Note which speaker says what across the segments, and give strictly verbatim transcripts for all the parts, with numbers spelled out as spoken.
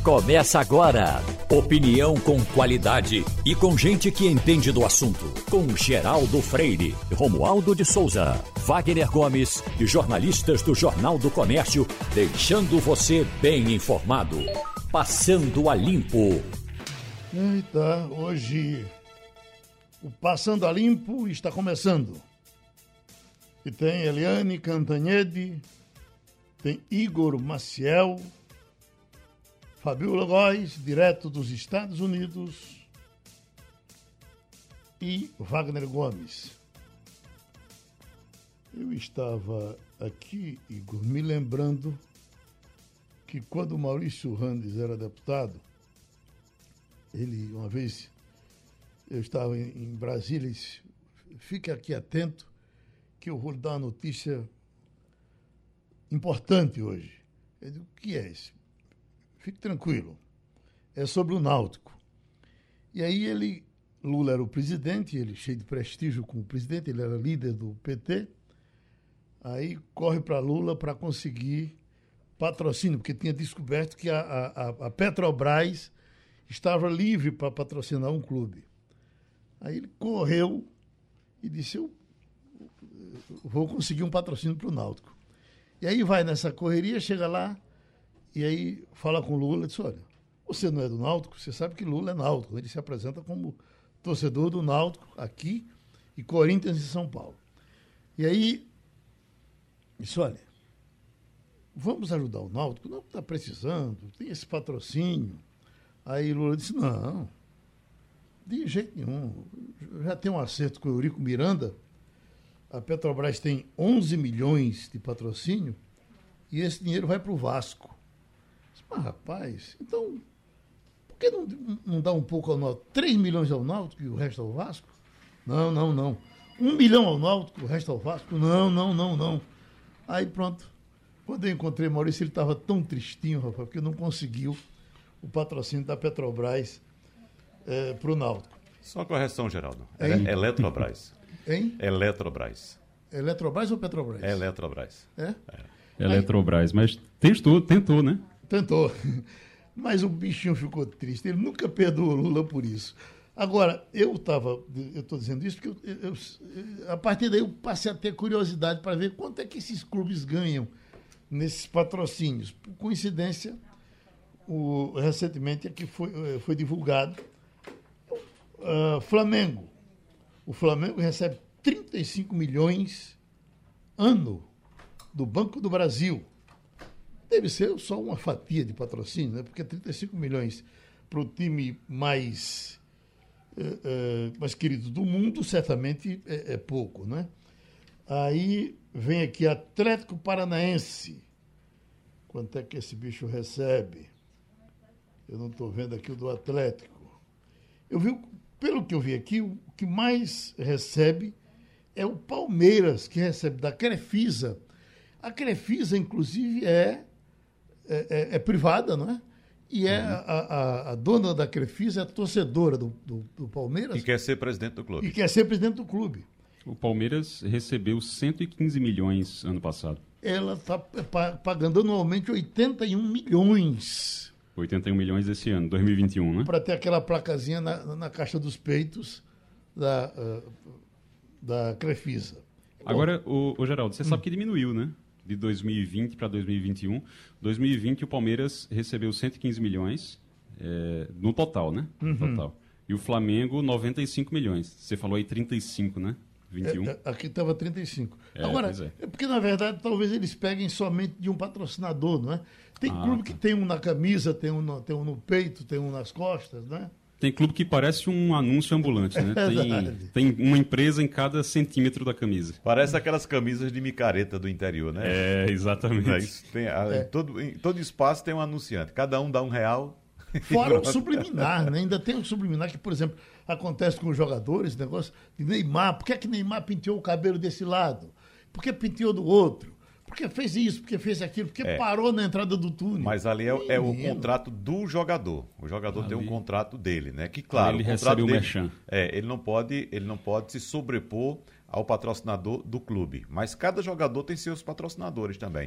Speaker 1: Começa agora. Opinião com qualidade e com gente que entende do assunto. Com Geraldo Freire, Romualdo de Souza, Wagner Gomes e jornalistas do Jornal do Comércio, deixando você bem informado. Passando a Limpo.
Speaker 2: Eita, hoje o Passando a Limpo está começando. E tem Eliane Cantanhede, tem Igor Maciel, Fabiola Góes, direto dos Estados Unidos, e Wagner Gomes. Eu estava aqui, Igor, me lembrando que quando Maurício Randes era deputado, ele, uma vez, eu estava em, em Brasília, ele disse, fique aqui atento, que eu vou lhe dar uma notícia importante hoje. Eu digo, o que é isso? Fique tranquilo. É sobre o Náutico. E aí ele, Lula era o presidente, ele cheio de prestígio como presidente, ele era líder do P T, aí corre para Lula para conseguir patrocínio, porque tinha descoberto que a, a, a Petrobras estava livre para patrocinar um clube. Aí ele correu e disse, eu vou conseguir um patrocínio para o Náutico. E aí vai nessa correria, chega lá, e aí fala com o Lula, diz, olha, você não é do Náutico, você sabe que Lula é Náutico. Ele se apresenta como torcedor do Náutico aqui e Corinthians em São Paulo. E aí, disse, olha, vamos ajudar o Náutico, não está precisando, tem esse patrocínio. Aí Lula disse, não, de jeito nenhum, já tem um acerto com o Eurico Miranda, a Petrobras tem onze milhões de patrocínio e esse dinheiro vai para o Vasco. Mas, rapaz, então, por que não, não dá um pouco ao Náutico? três milhões ao Náutico e o resto ao Vasco? Não, não, não. um milhão ao Náutico e o resto ao Vasco? Não, não, não, não. Aí pronto. Quando eu encontrei Maurício, ele estava tão tristinho, rapaz, porque não conseguiu o patrocínio da Petrobras é, para o Náutico.
Speaker 3: Só uma correção, Geraldo. É
Speaker 2: Hein?
Speaker 3: Eletrobras.
Speaker 2: Hein?
Speaker 3: Eletrobras.
Speaker 2: Eletrobras ou Petrobras?
Speaker 3: Eletrobras.
Speaker 2: É?
Speaker 3: É.
Speaker 4: Eletrobras, mas testou, tentou, né?
Speaker 2: Tentou. Mas o bichinho ficou triste. Ele nunca perdoou Lula por isso. Agora, eu estava, eu estou dizendo isso porque eu, eu, a partir daí eu passei a ter curiosidade para ver quanto é que esses clubes ganham nesses patrocínios. Por coincidência, o, recentemente aqui foi, foi divulgado uh, Flamengo. O Flamengo recebe trinta e cinco milhões ano do Banco do Brasil. Deve ser só uma fatia de patrocínio, né? Porque trinta e cinco milhões para o time mais, eh, eh, mais querido do mundo, certamente é, é pouco, né? Aí vem aqui Atlético Paranaense. Quanto é que esse bicho recebe? Eu não estou vendo aqui o do Atlético. Eu vi, pelo que eu vi aqui, o que mais recebe é o Palmeiras, que recebe da Crefisa. A Crefisa, inclusive, é, é, é, é privada, não é? E é uhum. a, a, a dona da Crefisa é a torcedora do, do, do Palmeiras.
Speaker 3: E quer ser presidente do clube.
Speaker 2: E quer ser presidente do clube.
Speaker 4: O Palmeiras recebeu cento e quinze milhões ano passado.
Speaker 2: Ela está pagando anualmente oitenta e um milhões.
Speaker 4: oitenta e um milhões esse ano, dois mil e vinte e um, né?
Speaker 2: Para ter aquela placazinha na, na caixa dos peitos da, uh, da Crefisa.
Speaker 4: Agora, o, o Geraldo, você hum. sabe que diminuiu, né? De dois mil e vinte para dois mil e vinte e um. dois mil e vinte o Palmeiras recebeu cento e quinze milhões é, no total, né?
Speaker 2: Uhum.
Speaker 4: Total. E o Flamengo, noventa e cinco milhões. Você falou aí trinta e cinco, né? vinte e um.
Speaker 2: É, aqui estava trinta e cinco.
Speaker 4: É,
Speaker 2: Agora,
Speaker 4: é.
Speaker 2: é porque, na verdade, talvez eles peguem somente de um patrocinador, não é? Tem
Speaker 4: ah,
Speaker 2: clube
Speaker 4: tá.
Speaker 2: que tem um na camisa, tem um no, tem um no peito, tem um nas costas, não é?
Speaker 4: Tem clube que parece um anúncio ambulante, né? Tem, tem uma empresa em cada centímetro da camisa.
Speaker 3: Parece aquelas camisas de micareta do interior, né?
Speaker 4: É, exatamente.
Speaker 3: É, isso tem,
Speaker 2: É.
Speaker 3: Em, todo, em todo espaço tem um anunciante. Cada um dá um real.
Speaker 2: Fora o subliminar, né? Ainda tem o subliminar que, por exemplo, acontece com os jogadores, negócio de Neymar. Por que é que Neymar penteou o cabelo desse lado? Por que penteou do outro? Porque fez isso, porque fez aquilo, porque
Speaker 3: É.
Speaker 2: parou na entrada do túnel.
Speaker 3: Mas ali é, é o
Speaker 2: Menino.
Speaker 3: contrato do jogador. O jogador
Speaker 4: Ali.
Speaker 3: tem um contrato dele, né? Que claro,
Speaker 4: Ele
Speaker 3: o
Speaker 4: recebe
Speaker 3: contrato
Speaker 4: o
Speaker 3: dele,
Speaker 4: merchan.
Speaker 3: é, ele não pode, ele não pode se sobrepor ao patrocinador do clube. Mas cada jogador tem seus patrocinadores também.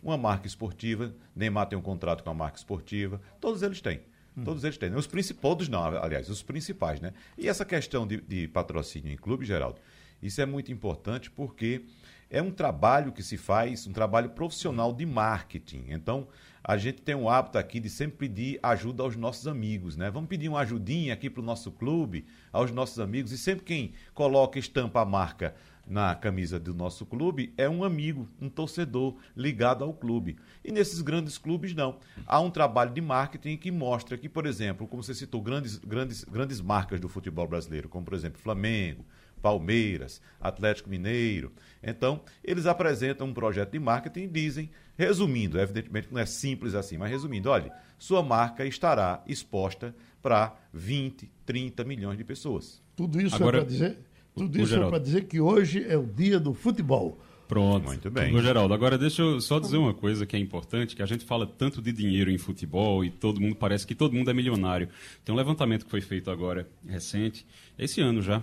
Speaker 3: uma marca esportiva, Neymar tem um contrato com a marca esportiva, todos eles têm. Todos eles têm. Os principais, todos não, aliás, os principais, né? E essa questão de, de patrocínio em clube, Geraldo, isso é muito importante porque é um trabalho que se faz, um trabalho profissional de marketing. Então, a gente tem um hábito aqui de sempre pedir ajuda aos nossos amigos, né? Vamos pedir uma ajudinha aqui para o nosso clube, aos nossos amigos, e sempre quem coloca, estampa a marca na camisa do nosso clube é um amigo, um torcedor ligado ao clube. E nesses grandes clubes, não. Há um trabalho de marketing que mostra que, por exemplo, como você citou, grandes, grandes, grandes marcas do futebol brasileiro, como, por exemplo, Flamengo, Palmeiras, Atlético Mineiro. Então, eles apresentam um projeto de marketing e dizem, resumindo, evidentemente não é simples assim, mas resumindo, olha, sua marca estará exposta para vinte, trinta milhões de pessoas.
Speaker 2: Tudo isso
Speaker 4: Agora,
Speaker 2: é para dizer, tudo
Speaker 4: o,
Speaker 2: isso
Speaker 4: o
Speaker 2: é para dizer que hoje é o dia do futebol.
Speaker 4: Pronto.
Speaker 3: Muito bem.
Speaker 4: Ô, Geraldo, agora deixa eu só dizer uma coisa que é importante, que a gente fala tanto de dinheiro em futebol e todo mundo parece que todo mundo é milionário. Tem um levantamento que foi feito agora, recente, esse ano já,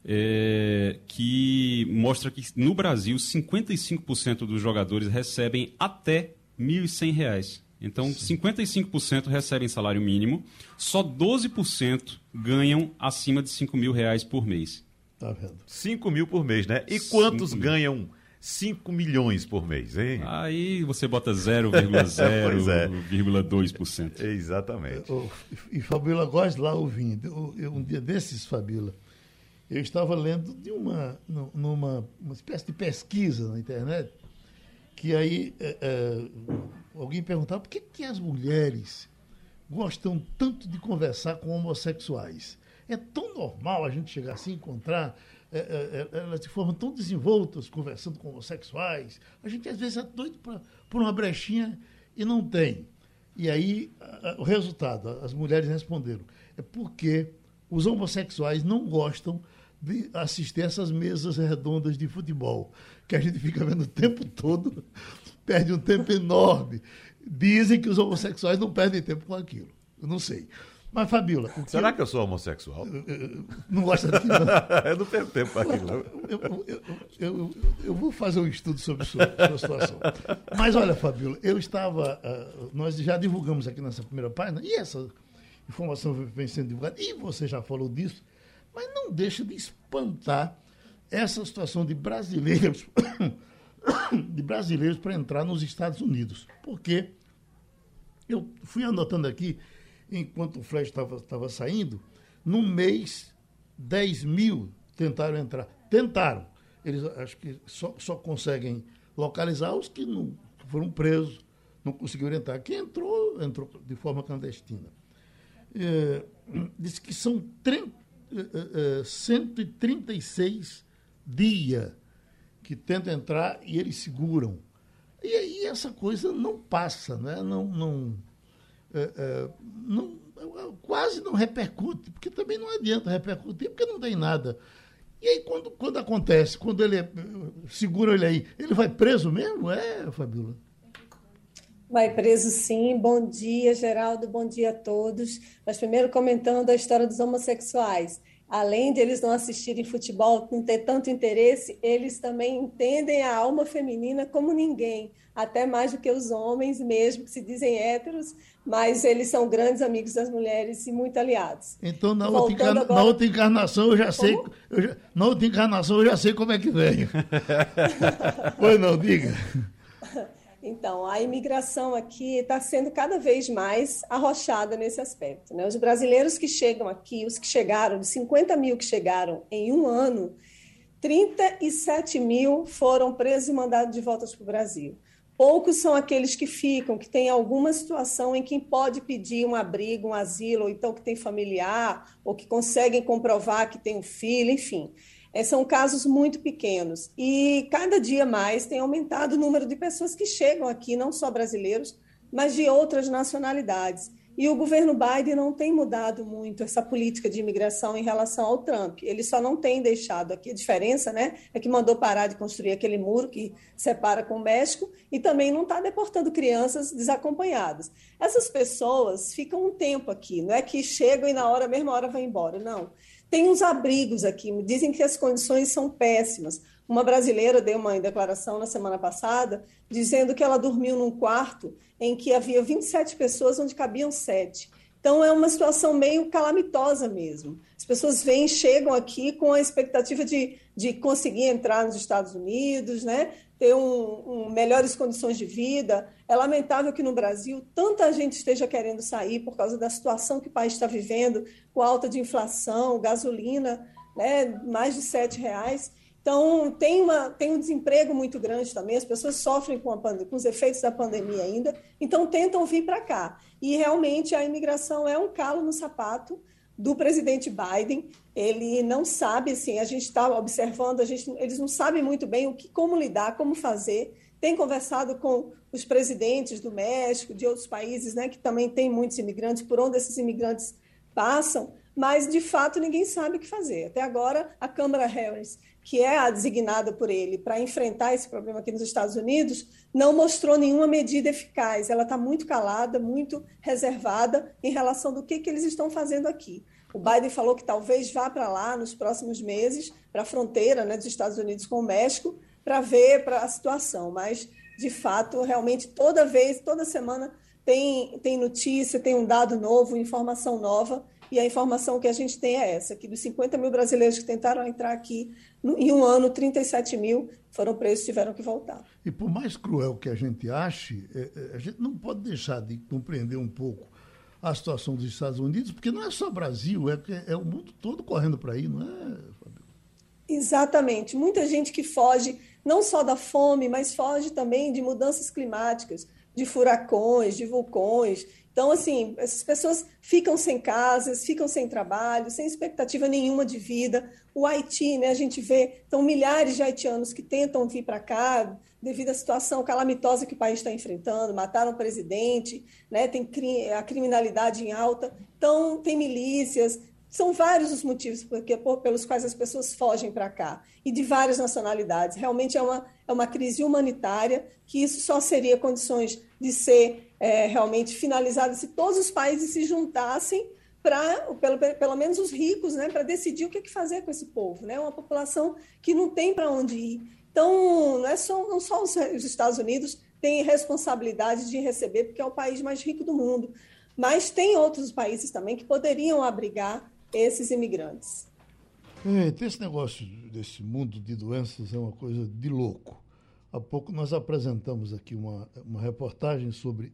Speaker 4: é, que mostra que no Brasil cinquenta e cinco por cento dos jogadores recebem até mil e cem reais. Então, cinquenta e cinco por cento recebem salário mínimo, só doze por cento ganham acima de cinco mil reais por mês.
Speaker 2: Tá vendo?
Speaker 3: cinco mil por mês, né? E quantos ganham cinco milhões por mês, hein?
Speaker 4: Aí você bota zero vírgula zero dois por cento.
Speaker 3: É. Exatamente.
Speaker 2: E Fabíola gosta lá ouvindo. Eu, eu, um dia desses, Fabíola, eu estava lendo de uma, numa uma espécie de pesquisa na internet, que aí é, é, alguém perguntava por que, que as mulheres gostam tanto de conversar com homossexuais. É tão normal a gente chegar assim, encontrar, é, é, elas se formam tão desenvoltas conversando com homossexuais. A gente às vezes é doido pra, por uma brechinha e não tem. E aí a, a, o resultado, as mulheres responderam, é porque os homossexuais não gostam de assistir essas mesas redondas de futebol, que a gente fica vendo o tempo todo, perde um tempo enorme. Dizem que os homossexuais não perdem tempo com aquilo. Eu não sei. Mas, Fabíola...
Speaker 3: Será
Speaker 2: eu,
Speaker 3: que eu sou homossexual?
Speaker 2: Eu, eu, não gosta daquilo, não?
Speaker 3: Eu não perco tempo com aquilo, não.
Speaker 2: Eu, eu, eu, eu, eu vou fazer um estudo sobre a sua, sua situação. Mas, olha, Fabíola, eu estava... Uh, nós já divulgamos aqui nessa primeira página, e essa informação vem sendo divulgada, e você já falou disso, mas não deixa de espantar essa situação de brasileiros de brasileiros para entrar nos Estados Unidos. Porque eu fui anotando aqui, enquanto o flash estava saindo, no mês, dez mil tentaram entrar. Tentaram. Eles acho que só, só conseguem localizar os que não que foram presos, não conseguiram entrar. Quem entrou, entrou de forma clandestina. É, disse que são é, é, cento e trinta e seis dias que tentam entrar e eles seguram. E aí essa coisa não passa, né? não... não É, é, não, quase não repercute, porque também não adianta repercutir, porque não tem nada. E aí, quando, quando acontece, quando ele é, segura ele aí, ele vai preso mesmo? É, Fabíola?
Speaker 5: Vai preso, sim. Bom dia, Geraldo, bom dia a todos. Mas primeiro comentando a história dos homossexuais. Além de eles não assistirem futebol, não ter tanto interesse, eles também entendem a alma feminina como ninguém, até mais do que os homens mesmo, que se dizem héteros, mas eles são grandes amigos das mulheres e muito aliados.
Speaker 2: Então, na, outra, encarna... agora... na outra encarnação, eu já sei... Eu já... Na outra encarnação, eu já sei como é que vem. Pois não, diga.
Speaker 5: Então, a imigração aqui está sendo cada vez mais arrochada nesse aspecto, né? Os brasileiros que chegam aqui, os que chegaram, de cinquenta mil que chegaram em um ano, trinta e sete mil foram presos e mandados de volta para o Brasil. Poucos são aqueles que ficam, que têm alguma situação em que pode pedir um abrigo, um asilo, ou então que tem familiar, ou que conseguem comprovar que tem um filho, enfim. São casos muito pequenos e cada dia mais tem aumentado o número de pessoas que chegam aqui, não só brasileiros, mas de outras nacionalidades. E o governo Biden não tem mudado muito essa política de imigração em relação ao Trump. Ele só não tem deixado aqui. A diferença, né, é que mandou parar de construir aquele muro que separa com o México e também não está deportando crianças desacompanhadas. Essas pessoas ficam um tempo aqui, não é que chegam e na hora, mesma hora, vão embora, não. Tem uns abrigos aqui, dizem que as condições são péssimas. Uma brasileira deu uma declaração na semana passada dizendo que ela dormiu num quarto em que havia vinte e sete pessoas onde cabiam sete. Então, é uma situação meio calamitosa mesmo. As pessoas vêm, chegam aqui com a expectativa de, de conseguir entrar nos Estados Unidos, né? Ter um, um, melhores condições de vida. É lamentável que no Brasil tanta gente esteja querendo sair por causa da situação que o país está vivendo, com alta de inflação, gasolina, né? Mais de sete reais. Então, tem, uma, tem um desemprego muito grande também, as pessoas sofrem com, a, com os efeitos da pandemia ainda, então tentam vir para cá. E, realmente, a imigração é um calo no sapato do presidente Biden. Ele não sabe, assim, a gente está observando, a gente, eles não sabem muito bem o que, como lidar, como fazer. Tem conversado com os presidentes do México, de outros países, né, que também tem muitos imigrantes, por onde esses imigrantes passam, mas, de fato, ninguém sabe o que fazer. Até agora, a Câmara Harris, que é a designada por ele para enfrentar esse problema aqui nos Estados Unidos, não mostrou nenhuma medida eficaz. Ela está muito calada, muito reservada em relação do que, que eles estão fazendo aqui. O Biden falou que talvez vá para lá nos próximos meses, para a fronteira, né, dos Estados Unidos com o México, para ver para a situação. Mas, de fato, realmente, toda vez, toda semana, tem, tem notícia, tem um dado novo, informação nova. E a informação que a gente tem é essa, que dos cinquenta mil brasileiros que tentaram entrar aqui, no, em um ano, trinta e sete mil foram presos e tiveram que voltar.
Speaker 2: E por mais cruel que a gente ache, é, a gente não pode deixar de compreender um pouco a situação dos Estados Unidos, porque não é só Brasil, é, é o mundo todo correndo para aí, não é, Fabio?
Speaker 5: Exatamente. Muita gente que foge não só da fome, mas foge também de mudanças climáticas, de furacões, de vulcões. Então, assim, essas pessoas ficam sem casas, ficam sem trabalho, sem expectativa nenhuma de vida. O Haiti, né, a gente vê, são milhares de haitianos que tentam vir para cá devido à situação calamitosa que o país está enfrentando, mataram o presidente, né, tem a criminalidade em alta, então tem milícias. São vários os motivos porque, por, pelos quais as pessoas fogem para cá, e de várias nacionalidades. Realmente é uma, é uma crise humanitária, que isso só seria condições de ser é, realmente finalizada se todos os países se juntassem, para, pelo, pelo menos os ricos, né, para decidir o que fazer com esse povo. Né? Uma população que não tem para onde ir. Então, não, é só, não só os, os Estados Unidos têm responsabilidade de receber, porque é o país mais rico do mundo, mas tem outros países também que poderiam abrigar esses imigrantes.
Speaker 2: É, esse negócio desse mundo de doenças é uma coisa de louco. Há pouco nós apresentamos aqui uma, uma reportagem sobre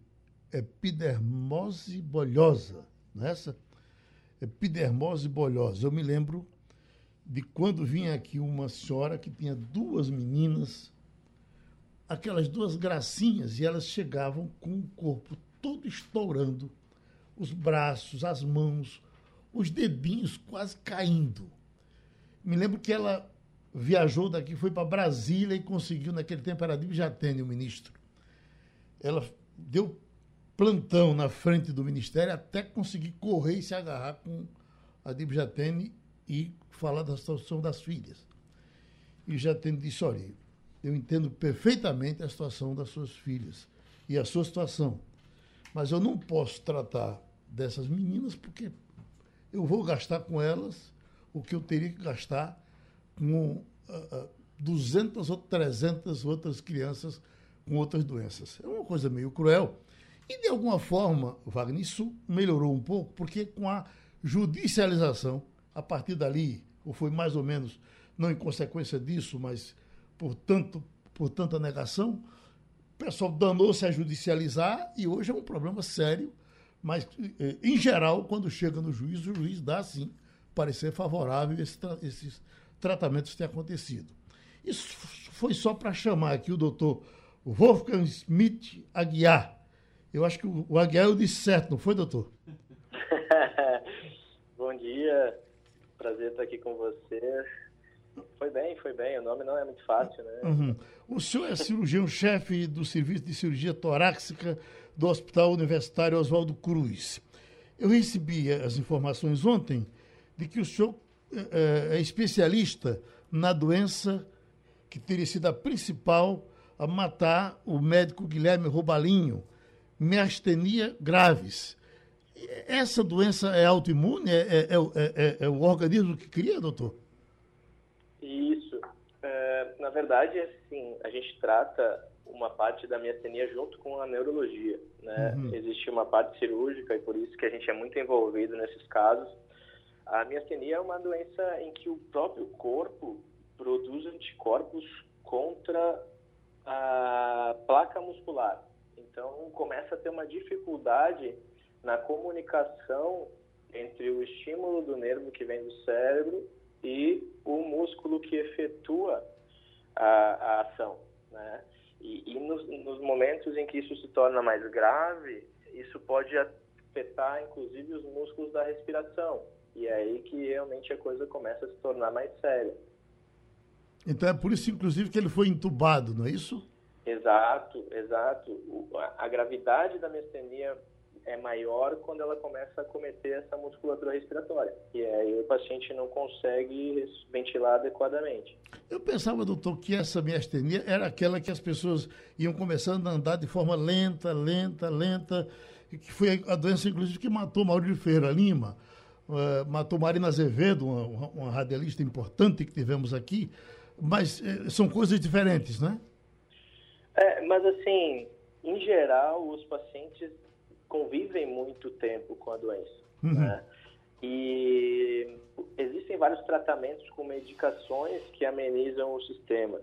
Speaker 2: epidermose bolhosa, não é essa? Epidermose bolhosa. Eu me lembro de quando vinha aqui uma senhora que tinha duas meninas, aquelas duas gracinhas, e elas chegavam com o corpo todo estourando, os braços, as mãos, os dedinhos quase caindo. Me lembro que ela viajou daqui, foi para Brasília e conseguiu, naquele tempo era Adib Jatene, o ministro. Ela deu plantão na frente do ministério até conseguir correr e se agarrar com Adib Jatene e falar da situação das filhas. E Jatene disse, olha, eu entendo perfeitamente a situação das suas filhas e a sua situação, mas eu não posso tratar dessas meninas porque eu vou gastar com elas o que eu teria que gastar com uh, uh, duzentas ou trezentas outras crianças com outras doenças. É uma coisa meio cruel. E, de alguma forma, Wagner, isso melhorou um pouco, porque com a judicialização, a partir dali, ou foi mais ou menos, não em consequência disso, mas por, tanto, por tanta negação, o pessoal danou-se a judicializar e hoje é um problema sério. Mas, em geral, quando chega no juiz, o juiz dá, sim, parecer favorável a esse tra- esses tratamentos terem acontecido. Isso foi só para chamar aqui o doutor Wolfgang Schmidt Aguiar. Eu acho que o Aguiar eu disse certo, não foi, doutor?
Speaker 6: Bom dia, prazer estar aqui com você. Foi bem, foi bem, o nome não é muito fácil, né?
Speaker 2: Uhum. O senhor é cirurgião-chefe do Serviço de Cirurgia Torácica do Hospital Universitário Oswaldo Cruz. Eu recebi as informações ontem de que o senhor é, é especialista na doença que teria sido a principal a matar o médico Guilherme Robalinho, miastenia graves. Essa doença é autoimune? É, é, é, é, é o organismo que cria, doutor?
Speaker 6: Isso. É, na verdade, assim, a gente trata uma parte da miastenia junto com a neurologia, né? Uhum. Existe uma parte cirúrgica e por isso que a gente é muito envolvido nesses casos. A miastenia é uma doença em que o próprio corpo produz anticorpos contra a placa muscular. Então, começa a ter uma dificuldade na comunicação entre o estímulo do nervo que vem do cérebro e o músculo que efetua a, a ação, né? E, e nos, nos momentos em que isso se torna mais grave, isso pode afetar, inclusive, os músculos da respiração. E é aí que realmente a coisa começa a se tornar mais séria.
Speaker 2: Então é por isso, inclusive, que ele foi entubado, não é isso?
Speaker 6: Exato, exato. O, a, a gravidade da miastenia é maior quando ela começa a acometer essa musculatura respiratória. E aí o paciente não consegue ventilar adequadamente.
Speaker 2: Eu pensava, doutor, que essa miastenia era aquela que as pessoas iam começando a andar de forma lenta, lenta, lenta, que foi a doença, inclusive, que matou Maurício Ferreira Lima, uh, matou Marina Azevedo, uma, uma radialista importante que tivemos aqui, mas uh, são coisas diferentes, né?
Speaker 6: É, mas assim, em geral, os pacientes convivem muito tempo com a doença, uhum. né? E existem vários tratamentos com medicações que amenizam o sistema,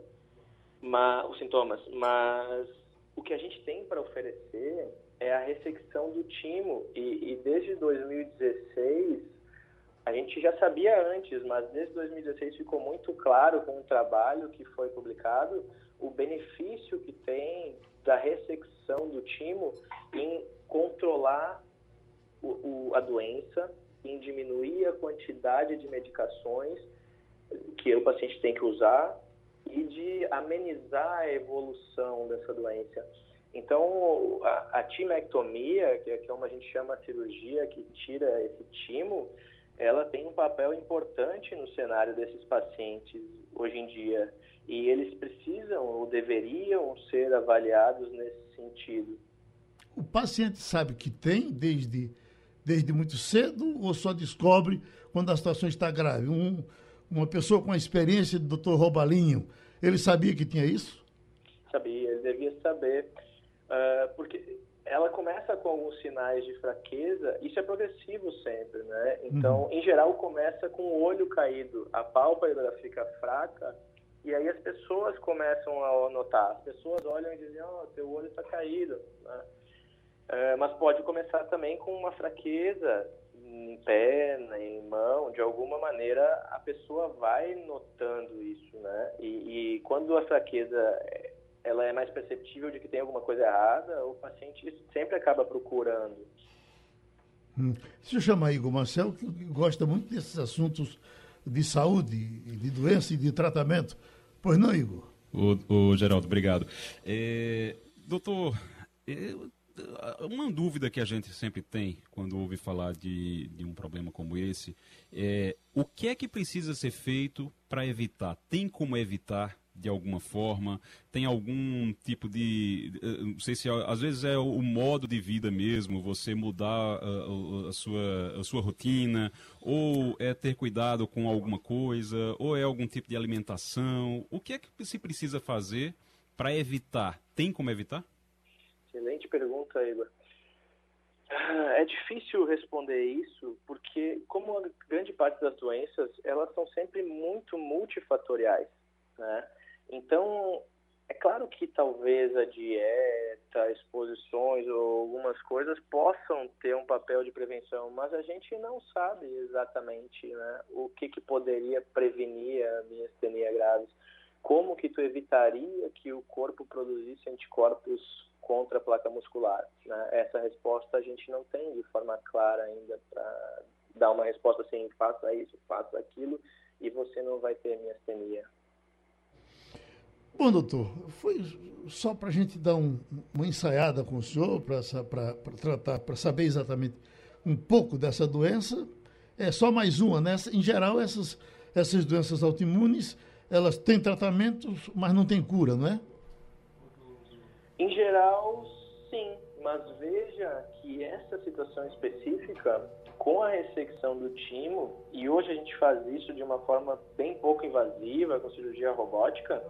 Speaker 6: mas, os sintomas, mas o que a gente tem para oferecer é a ressecção do timo e, e desde dois mil e dezesseis, a gente já sabia antes, mas desde dois mil e dezesseis ficou muito claro com o trabalho que foi publicado, o benefício que tem da ressecção do timo em controlar o, o, a doença, em diminuir a quantidade de medicações que o paciente tem que usar e de amenizar a evolução dessa doença. Então, a, a timectomia, que é como a gente chama a cirurgia que tira esse timo, ela tem um papel importante no cenário desses pacientes hoje em dia. E eles precisam ou deveriam ser avaliados nesse sentido.
Speaker 2: O paciente sabe que tem desde, desde muito cedo ou só descobre quando a situação está grave? Um, uma pessoa com a experiência do doutor Robalinho, ele sabia que tinha isso?
Speaker 6: Sabia, ele devia saber. Uh, porque ela começa com alguns sinais de fraqueza, isso é progressivo sempre, né? Então, uhum. em geral, começa com o olho caído, a pálpebra fica fraca, e aí as pessoas começam a notar. As pessoas olham e dizem, ó, oh, teu olho está caído, né? É, mas pode começar também com uma fraqueza em perna, em mão, de alguma maneira a pessoa vai notando isso, né? E, e quando a fraqueza ela é mais perceptível de que tem alguma coisa errada, o paciente sempre acaba procurando.
Speaker 2: Hum. Deixa eu chamar Igor Marcel, que gosta muito desses assuntos de saúde, de doença e de tratamento. Pois não, Igor?
Speaker 4: O, o Geraldo, obrigado. É, doutor, é, uma dúvida que a gente sempre tem quando ouve falar de, de um problema como esse é o que é que precisa ser feito para evitar? Tem como evitar de alguma forma? Tem algum tipo de... Não sei se às vezes é o modo de vida mesmo, você mudar a, a, sua, a sua rotina, ou é ter cuidado com alguma coisa, ou é algum tipo de alimentação. O que é que se precisa fazer para evitar? Tem como evitar?
Speaker 6: Excelente pergunta, Igor. É difícil responder isso, porque como a grande parte das doenças, elas são sempre muito multifatoriais, né? Então, é claro que talvez a dieta, exposições ou algumas coisas possam ter um papel de prevenção, mas a gente não sabe exatamente, né, o que, que poderia prevenir a miastenia graves. Como que tu evitaria que o corpo produzisse anticorpos contra a placa muscular, né? Essa resposta a gente não tem de forma clara ainda para dar uma resposta assim, faça isso, faça aquilo e você não vai ter miastenia.
Speaker 2: Bom, doutor, foi só para a gente dar um, uma ensaiada com o senhor, para tratar, para saber exatamente um pouco dessa doença. É só mais uma, né? Em geral, essas, essas doenças autoimunes, elas têm tratamento, mas não têm cura, não é?
Speaker 6: Em geral, sim. mas veja que essa situação específica, com a ressecção do timo, e hoje a gente faz isso de uma forma bem pouco invasiva, com cirurgia robótica,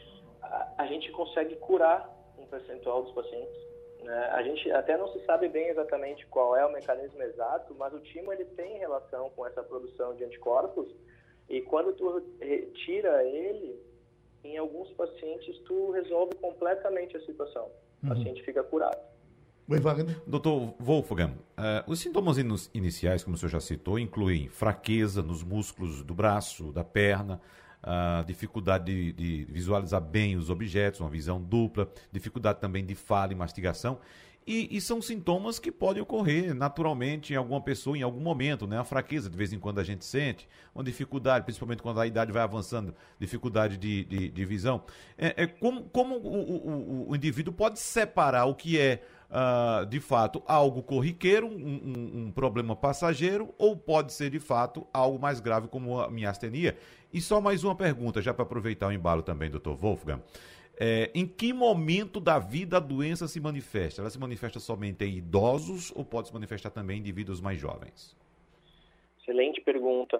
Speaker 6: a, a gente consegue curar um percentual dos pacientes. Né? A gente até não se sabe bem exatamente qual é o mecanismo exato, mas o timo ele tem relação com essa produção de anticorpos, e quando tu retira ele, em alguns pacientes tu resolve completamente a situação. O
Speaker 2: Uhum.
Speaker 6: paciente fica curado.
Speaker 2: Oi, Wagner.
Speaker 3: doutor Wolfgang, uh, os sintomas in- iniciais, como o senhor já citou, incluem fraqueza nos músculos do braço, da perna, uh, dificuldade de, de visualizar bem os objetos, uma visão dupla, dificuldade também de fala e mastigação. E, e são sintomas que podem ocorrer naturalmente em alguma pessoa em algum momento, né? A fraqueza, de vez em quando a gente sente, uma dificuldade, principalmente quando a idade vai avançando, dificuldade de, de, de visão. É, é como como o, o, o indivíduo pode separar o que é, uh, de fato, algo corriqueiro, um, um, um problema passageiro, ou pode ser, de fato, algo mais grave como a miastenia? E só mais uma pergunta, já para aproveitar o embalo também, doutor Wolfgang. É, em que momento da vida a doença se manifesta? Ela se manifesta somente em idosos ou pode se manifestar também em indivíduos mais jovens?
Speaker 6: Excelente pergunta.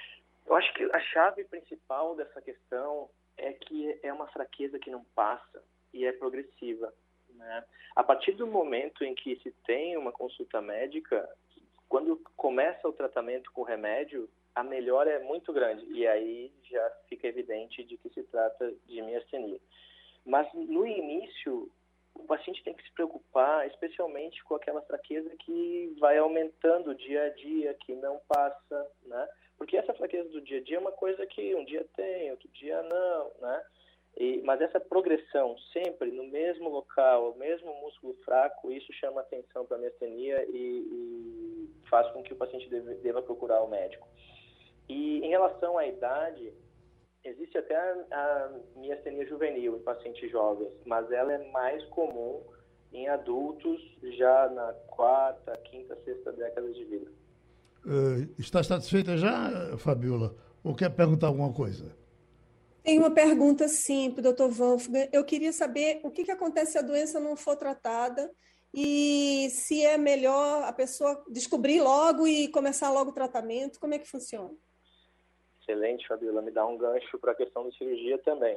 Speaker 6: Eu acho que a chave principal dessa questão é que é uma fraqueza que não passa e é progressiva. Né? A partir do momento em que se tem uma consulta médica, quando começa o tratamento com remédio, a melhora é muito grande e aí já fica evidente de que se trata de miastenia. Mas no início, o paciente tem que se preocupar, especialmente com aquela fraqueza que vai aumentando dia a dia, que não passa, né? Porque essa fraqueza do dia a dia é uma coisa que um dia tem, outro dia não, né? E, mas essa progressão sempre no mesmo local, o mesmo músculo fraco, isso chama atenção para a miastenia e, e faz com que o paciente deve, deva procurar o médico. E em relação à idade, existe até a, a miastenia juvenil em pacientes jovens, mas ela é mais comum em adultos já na quarta, quinta, sexta década de vida.
Speaker 2: Uh, está satisfeita já, Fabiola? Ou quer perguntar alguma coisa?
Speaker 5: Tem uma pergunta, sim, para o doutor Wolfgang. Eu queria saber o que, que acontece se a doença não for tratada e se é melhor a pessoa descobrir logo e começar logo o tratamento. Como é que funciona?
Speaker 6: Excelente, Fabiola. Me dá um gancho para a questão da cirurgia também.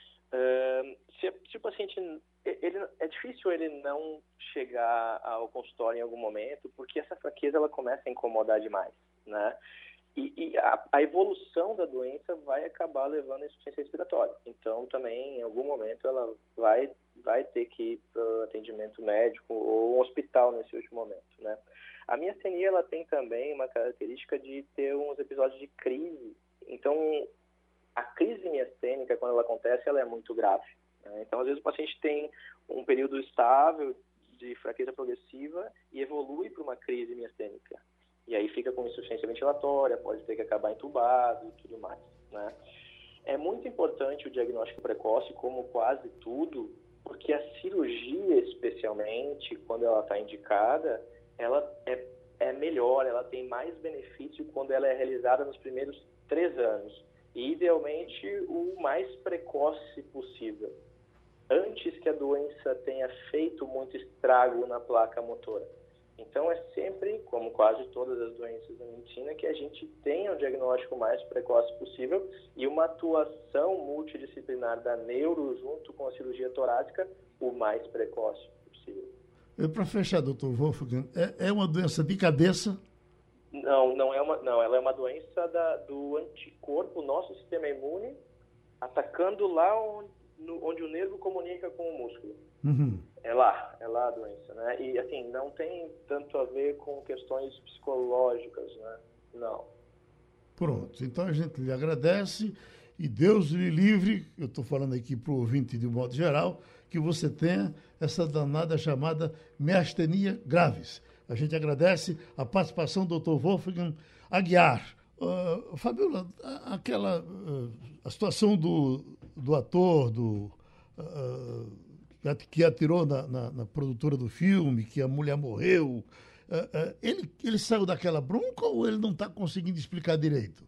Speaker 6: Uh, se, se o paciente... Ele, é difícil ele não chegar ao consultório em algum momento, porque essa fraqueza ela começa a incomodar demais, né? E, e a, a evolução da doença vai acabar levando a insuficiência respiratória. Então, também, em algum momento, ela vai, vai ter que ir para o atendimento médico ou um hospital nesse último momento, né? A miastenia, ela tem também uma característica de ter uns episódios de crise. Então, a crise miastênica, quando ela acontece, ela é muito grave, né? Então, às vezes, o paciente tem um período estável de fraqueza progressiva e evolui para uma crise miastênica. E aí fica com insuficiência ventilatória, pode ter que acabar entubado e tudo mais, né? É muito importante o diagnóstico precoce, como quase tudo, porque a cirurgia, especialmente, quando ela está indicada, ela é, é melhor, ela tem mais benefício quando ela é realizada nos primeiros três anos. E, idealmente, o mais precoce possível, antes que a doença tenha feito muito estrago na placa motora. Então, é sempre, como quase todas as doenças da medicina, que a gente tenha o diagnóstico mais precoce possível e uma atuação multidisciplinar da neuro junto com a cirurgia torácica o mais precoce possível.
Speaker 2: Para fechar, doutor Wolfgang, é, é uma doença de cabeça?
Speaker 6: Não, não é uma, não, ela é uma doença da, do anticorpo, nosso sistema imune, atacando lá onde, no, onde o nervo comunica com o músculo.
Speaker 2: Uhum.
Speaker 6: É lá, é lá a doença, né? E, assim, não tem tanto a ver com questões psicológicas, né? Não.
Speaker 2: Pronto, então a gente lhe agradece e Deus lhe livre, eu estou falando aqui para o ouvinte de um modo geral, que você tenha essa danada chamada miastenia graves. A gente agradece a participação do doutor Wolfgang Aguiar. Uh, Fabiola, aquela uh, a situação do, do ator, do... Uh, que atirou na, na, na produtora do filme, que a mulher morreu, uh, uh, ele, ele saiu daquela bronca ou ele não está conseguindo explicar direito?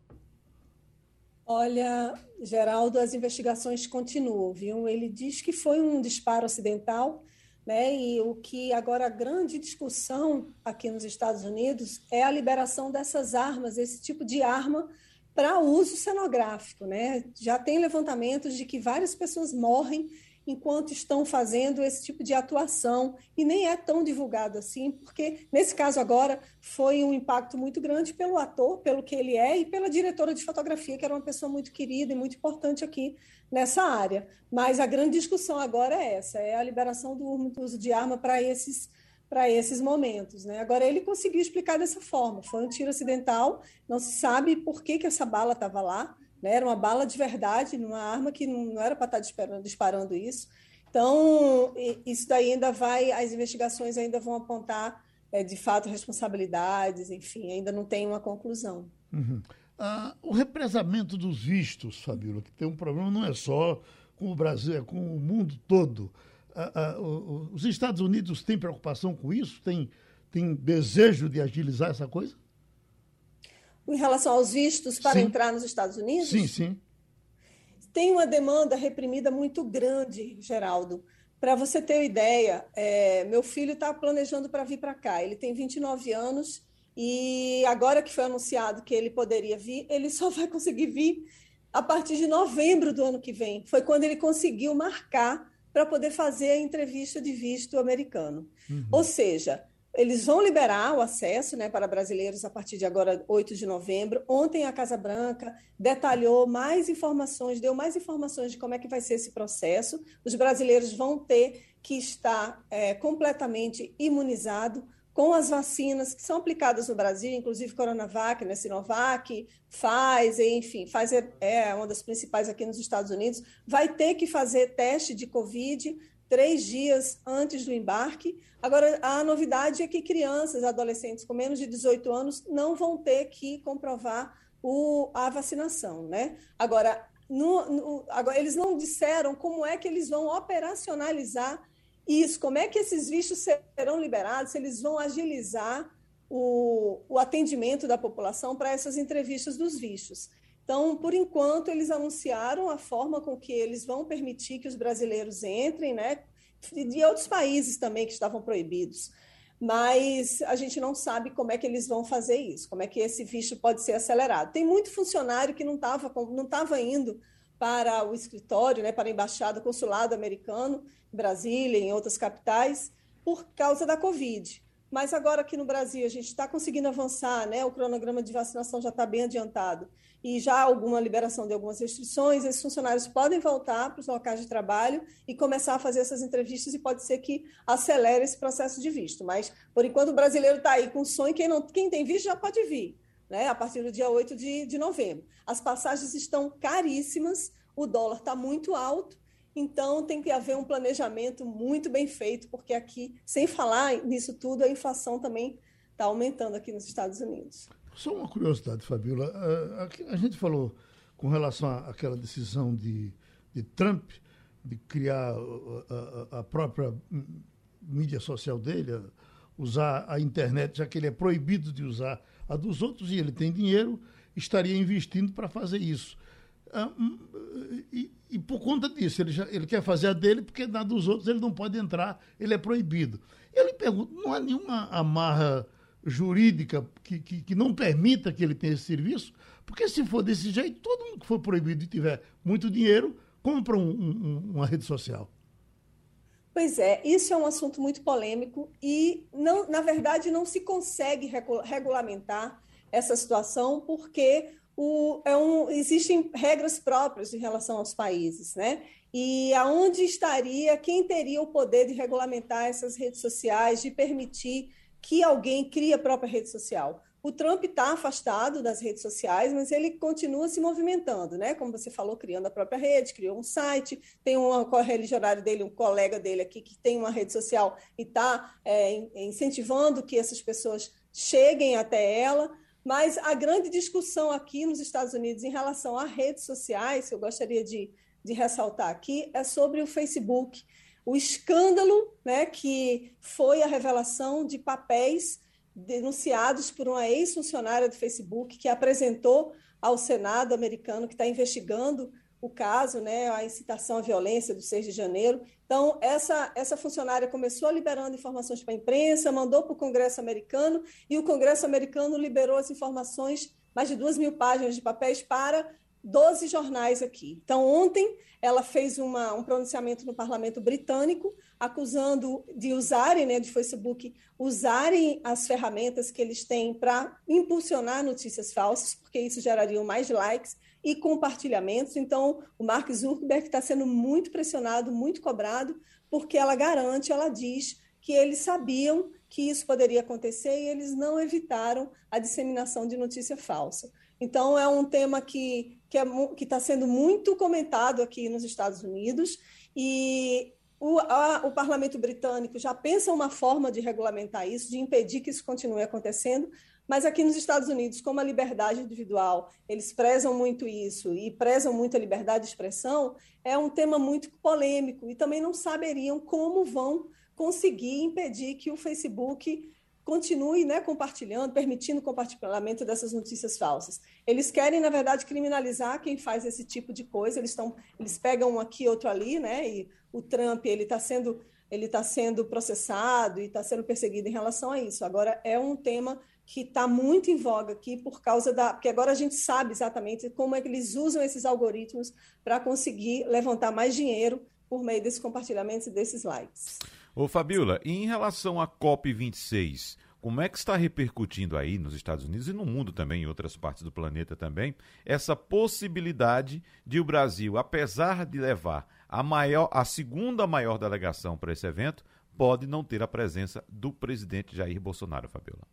Speaker 5: Olha, Geraldo, as investigações continuam, viu? Ele diz que foi um disparo acidental, né? E o que agora a grande discussão aqui nos Estados Unidos é a liberação dessas armas, esse tipo de arma para uso cenográfico, né? Já tem levantamentos de que várias pessoas morrem enquanto estão fazendo esse tipo de atuação, e nem é tão divulgado assim, porque, nesse caso agora, foi um impacto muito grande pelo ator, pelo que ele é, e pela diretora de fotografia, que era uma pessoa muito querida e muito importante aqui nessa área. Mas a grande discussão agora é essa, é a liberação do uso de arma para esses, para esses momentos, né? Agora, ele conseguiu explicar dessa forma, foi um tiro acidental, não se sabe por que, que essa bala estava lá, né? Era uma bala de verdade, numa arma que não era para estar disparando, disparando isso. Então, isso daí ainda vai, as investigações ainda vão apontar, é, de fato, responsabilidades, enfim, ainda não tem uma conclusão.
Speaker 2: Uhum. Ah, o represamento dos vistos, Fabíola, que tem um problema, não é só com o Brasil, é com o mundo todo. Ah, ah, os Estados Unidos têm preocupação com isso? Tem, tem desejo de agilizar essa coisa?
Speaker 5: Em relação aos vistos para
Speaker 2: sim.
Speaker 5: entrar nos Estados Unidos?
Speaker 2: Sim, sim.
Speaker 5: Tem uma demanda reprimida muito grande, Geraldo. Para você ter uma ideia, é, meu filho está planejando para vir para cá. Ele tem vinte e nove anos e agora que foi anunciado que ele poderia vir, ele só vai conseguir vir a partir de novembro do ano que vem. Foi quando ele conseguiu marcar para poder fazer a entrevista de visto americano. Uhum. Ou seja, eles vão liberar o acesso, né, para brasileiros a partir de agora, oito de novembro. Ontem a Casa Branca detalhou mais informações, deu mais informações de como é que vai ser esse processo. Os brasileiros vão ter que estar é, completamente imunizados com as vacinas que são aplicadas no Brasil, inclusive Coronavac, né, Sinovac, Pfizer, enfim, Pfizer é uma das principais aqui nos Estados Unidos, vai ter que fazer teste de Covid três dias antes do embarque. Agora, a novidade é que crianças, adolescentes com menos de dezoito anos não vão ter que comprovar o, a vacinação, né? Agora, no, no, agora, eles não disseram como é que eles vão operacionalizar isso, como é que esses vistos serão liberados, se eles vão agilizar o, o atendimento da população para essas entrevistas dos vistos. Então, por enquanto, eles anunciaram a forma com que eles vão permitir que os brasileiros entrem, né? De outros países também que estavam proibidos. Mas a gente não sabe como é que eles vão fazer isso, como é que esse visto pode ser acelerado. Tem muito funcionário que não estava não estava indo para o escritório, né, para a embaixada, consulado americano, em Brasília, em outras capitais, por causa da Covid. Mas agora aqui no Brasil a gente está conseguindo avançar, né? O cronograma de vacinação já está bem adiantado e já há alguma liberação de algumas restrições, esses funcionários podem voltar para os locais de trabalho e começar a fazer essas entrevistas e pode ser que acelere esse processo de visto. Mas, por enquanto, o brasileiro está aí com sonho, quem, não, quem tem visto já pode vir, né? A partir do dia oito de novembro. As passagens estão caríssimas, o dólar está muito alto, então tem que haver um planejamento muito bem feito, porque aqui, sem falar nisso tudo, a inflação também está aumentando aqui nos Estados Unidos.
Speaker 2: Só uma curiosidade, Fabíola. A, a gente falou com relação àquela decisão de, de Trump de criar a, a, a própria mídia social dele, usar a internet, já que ele é proibido de usar a dos outros e ele tem dinheiro, estaria investindo para fazer isso. Ah, e, e por conta disso, ele, já, ele quer fazer a dele, porque na dos outros ele não pode entrar, ele é proibido. Eu lhe pergunto, não há nenhuma amarra jurídica que, que, que não permita que ele tenha esse serviço? Porque se for desse jeito, todo mundo que for proibido e tiver muito dinheiro, compra um, um, uma rede social.
Speaker 5: Pois é, isso é um assunto muito polêmico e, não, na verdade, não se consegue regulamentar essa situação porque o, é um, existem regras próprias em relação aos países, né? E aonde estaria, quem teria o poder de regulamentar essas redes sociais, de permitir que alguém crie a própria rede social? O Trump está afastado das redes sociais, mas ele continua se movimentando, né? Como você falou, criando a própria rede, criou um site, tem um correligionário dele, um colega dele aqui que tem uma rede social e está é, incentivando que essas pessoas cheguem até ela. Mas a grande discussão aqui nos Estados Unidos em relação a redes sociais, que eu gostaria de, de ressaltar aqui, é sobre o Facebook. O escândalo, né, que foi a revelação de papéis denunciados por uma ex-funcionária do Facebook que apresentou ao Senado americano, que está investigando o caso, né, a incitação à violência do seis de janeiro. Então, essa, essa funcionária começou liberando informações para a imprensa, mandou para o Congresso americano, e o Congresso americano liberou as informações, mais de duas mil páginas de papéis, para doze jornais aqui. Então, ontem, ela fez uma, um pronunciamento no parlamento britânico, acusando de usarem, né, de Facebook, usarem as ferramentas que eles têm para impulsionar notícias falsas, porque isso geraria mais likes e compartilhamentos. Então, o Mark Zuckerberg está sendo muito pressionado, muito cobrado, porque ela garante, ela diz que eles sabiam que isso poderia acontecer e eles não evitaram a disseminação de notícia falsa. Então, é um tema que que é, está sendo muito comentado aqui nos Estados Unidos, e o, a, o parlamento britânico já pensa uma forma de regulamentar isso, de impedir que isso continue acontecendo, mas aqui nos Estados Unidos, como a liberdade individual, eles prezam muito isso e prezam muito a liberdade de expressão, é um tema muito polêmico, e também não saberiam como vão conseguir impedir que o Facebook continue, né, compartilhando, permitindo o compartilhamento dessas notícias falsas. Eles querem, na verdade, criminalizar quem faz esse tipo de coisa. Eles, tão, eles pegam um aqui, outro ali, né, e o Trump ele está sendo, ele tá sendo processado e está sendo perseguido em relação a isso. Agora, é um tema que está muito em voga aqui por causa da... Porque agora a gente sabe exatamente como é que eles usam esses algoritmos para conseguir levantar mais dinheiro por meio desses compartilhamentos e desses likes.
Speaker 3: Ô Fabíola, e em relação à COP vinte e seis, como é que está repercutindo aí nos Estados Unidos e no mundo também, em outras partes do planeta também, essa possibilidade de o Brasil, apesar de levar a, maior, a segunda maior delegação para esse evento, pode não ter a presença do presidente Jair Bolsonaro, Fabíola?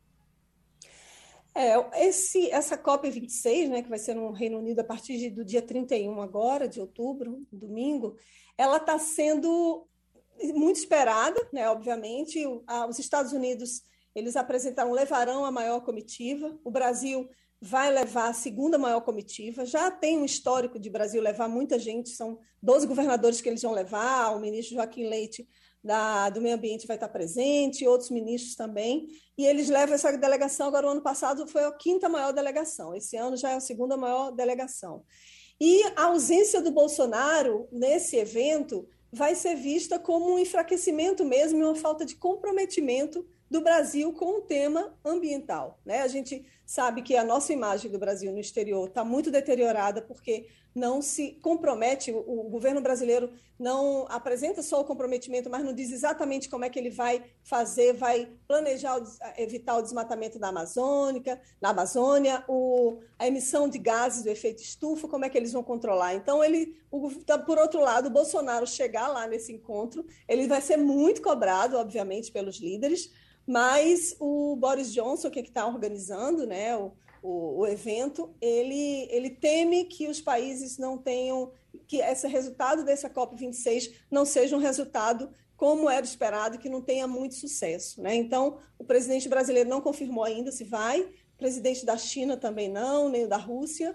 Speaker 5: É, esse, essa COP vinte e seis, né, que vai ser no Reino Unido a partir de, do dia trinta e um agora, de outubro, domingo, ela está sendo muito esperada, né, obviamente. Os Estados Unidos, eles apresentaram, levarão a maior comitiva, o Brasil vai levar a segunda maior comitiva, já tem um histórico de Brasil levar muita gente, são doze governadores que eles vão levar, o ministro Joaquim Leite da, do Meio Ambiente vai estar presente, outros ministros também, e eles levam essa delegação. Agora, o ano passado foi a quinta maior delegação, esse ano já é a segunda maior delegação. E a ausência do Bolsonaro nesse evento vai ser vista como um enfraquecimento mesmo e uma falta de comprometimento do Brasil com o tema ambiental, né? A gente sabe que a nossa imagem do Brasil no exterior está muito deteriorada porque não se compromete, o, o governo brasileiro não apresenta só o comprometimento, mas não diz exatamente como é que ele vai fazer, vai planejar evitar o desmatamento da Amazônica, na Amazônia, o, a emissão de gases do efeito estufa, como é que eles vão controlar. Então, ele, o, por outro lado, o Bolsonaro chegar lá nesse encontro, ele vai ser muito cobrado, obviamente, pelos líderes, mas o Boris Johnson, que está organizando, né, o, o, o evento, ele, ele teme que os países não tenham, que esse resultado dessa COP vinte e seis não seja um resultado como era esperado, que não tenha muito sucesso, né? Então, o presidente brasileiro não confirmou ainda se vai, o presidente da China também não, nem o da Rússia,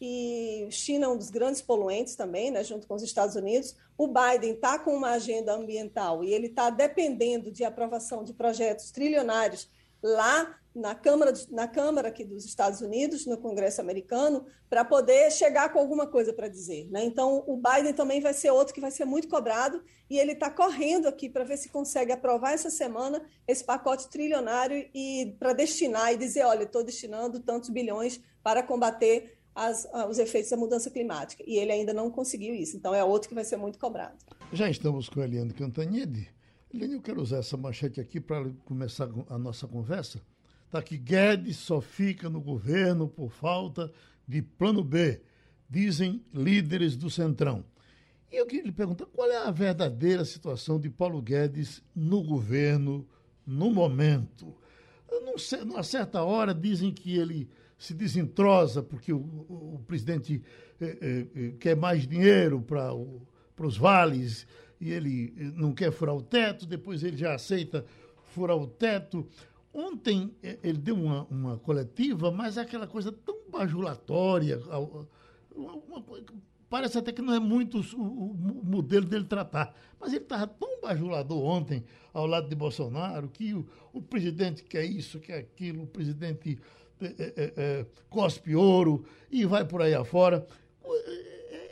Speaker 5: e China é um dos grandes poluentes também, né, junto com os Estados Unidos. O Biden está com uma agenda ambiental e ele está dependendo de aprovação de projetos trilionários lá na Câmara, na Câmara aqui dos Estados Unidos, no Congresso americano, para poder chegar com alguma coisa para dizer, né? Então, o Biden também vai ser outro que vai ser muito cobrado, e ele está correndo aqui para ver se consegue aprovar essa semana esse pacote trilionário e para destinar e dizer, olha, estou destinando tantos bilhões para combater As, os efeitos da mudança climática. E ele ainda não conseguiu isso. Então, é outro que vai ser muito cobrado.
Speaker 2: Já estamos com a Eliane Cantanhede. Eliane, eu quero usar essa manchete aqui para começar a nossa conversa. Está aqui: Guedes só fica no governo por falta de plano B, dizem líderes do Centrão. E eu queria lhe perguntar, qual é a verdadeira situação de Paulo Guedes no governo, no momento? Eu não sei, numa certa hora dizem que ele se desentrosa porque o, o, o presidente eh, eh, quer mais dinheiro para os vales e ele não quer furar o teto, depois ele já aceita furar o teto. Ontem eh, ele deu uma, uma coletiva, mas é aquela coisa tão bajulatória, uma, uma, parece até que não é muito o, o modelo dele tratar, mas ele estava tão bajulador ontem ao lado de Bolsonaro que o, o presidente quer isso, quer aquilo, o presidente É, é, é, cospe ouro e vai por aí afora.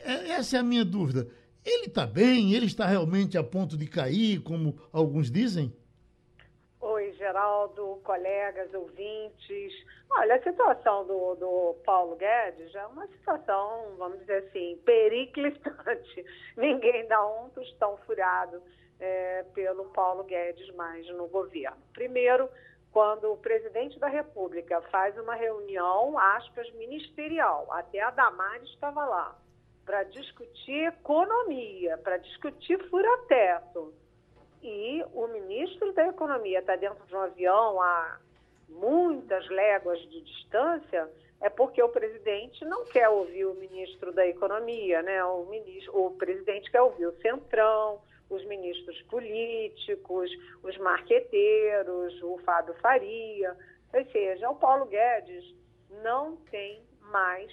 Speaker 2: essa é a minha dúvida. Ele está bem? Ele está realmente a ponto de cair, como alguns dizem?
Speaker 7: Oi, Geraldo, colegas, ouvintes. Olha, a situação do, do Paulo Guedes é uma situação, vamos dizer assim, periclitante. Ninguém dá um tostão furado é, pelo Paulo Guedes mais no governo. Primeiro, quando o presidente da República faz uma reunião, aspas, ministerial, até a Damares estava lá, para discutir economia, para discutir fura-teto. E o ministro da Economia está dentro de um avião a muitas léguas de distância, é porque o presidente não quer ouvir o ministro da Economia, né? O, ministro, o presidente quer ouvir o Centrão, os ministros políticos, os marqueteiros, o Fábio Faria. Ou seja, o Paulo Guedes não tem mais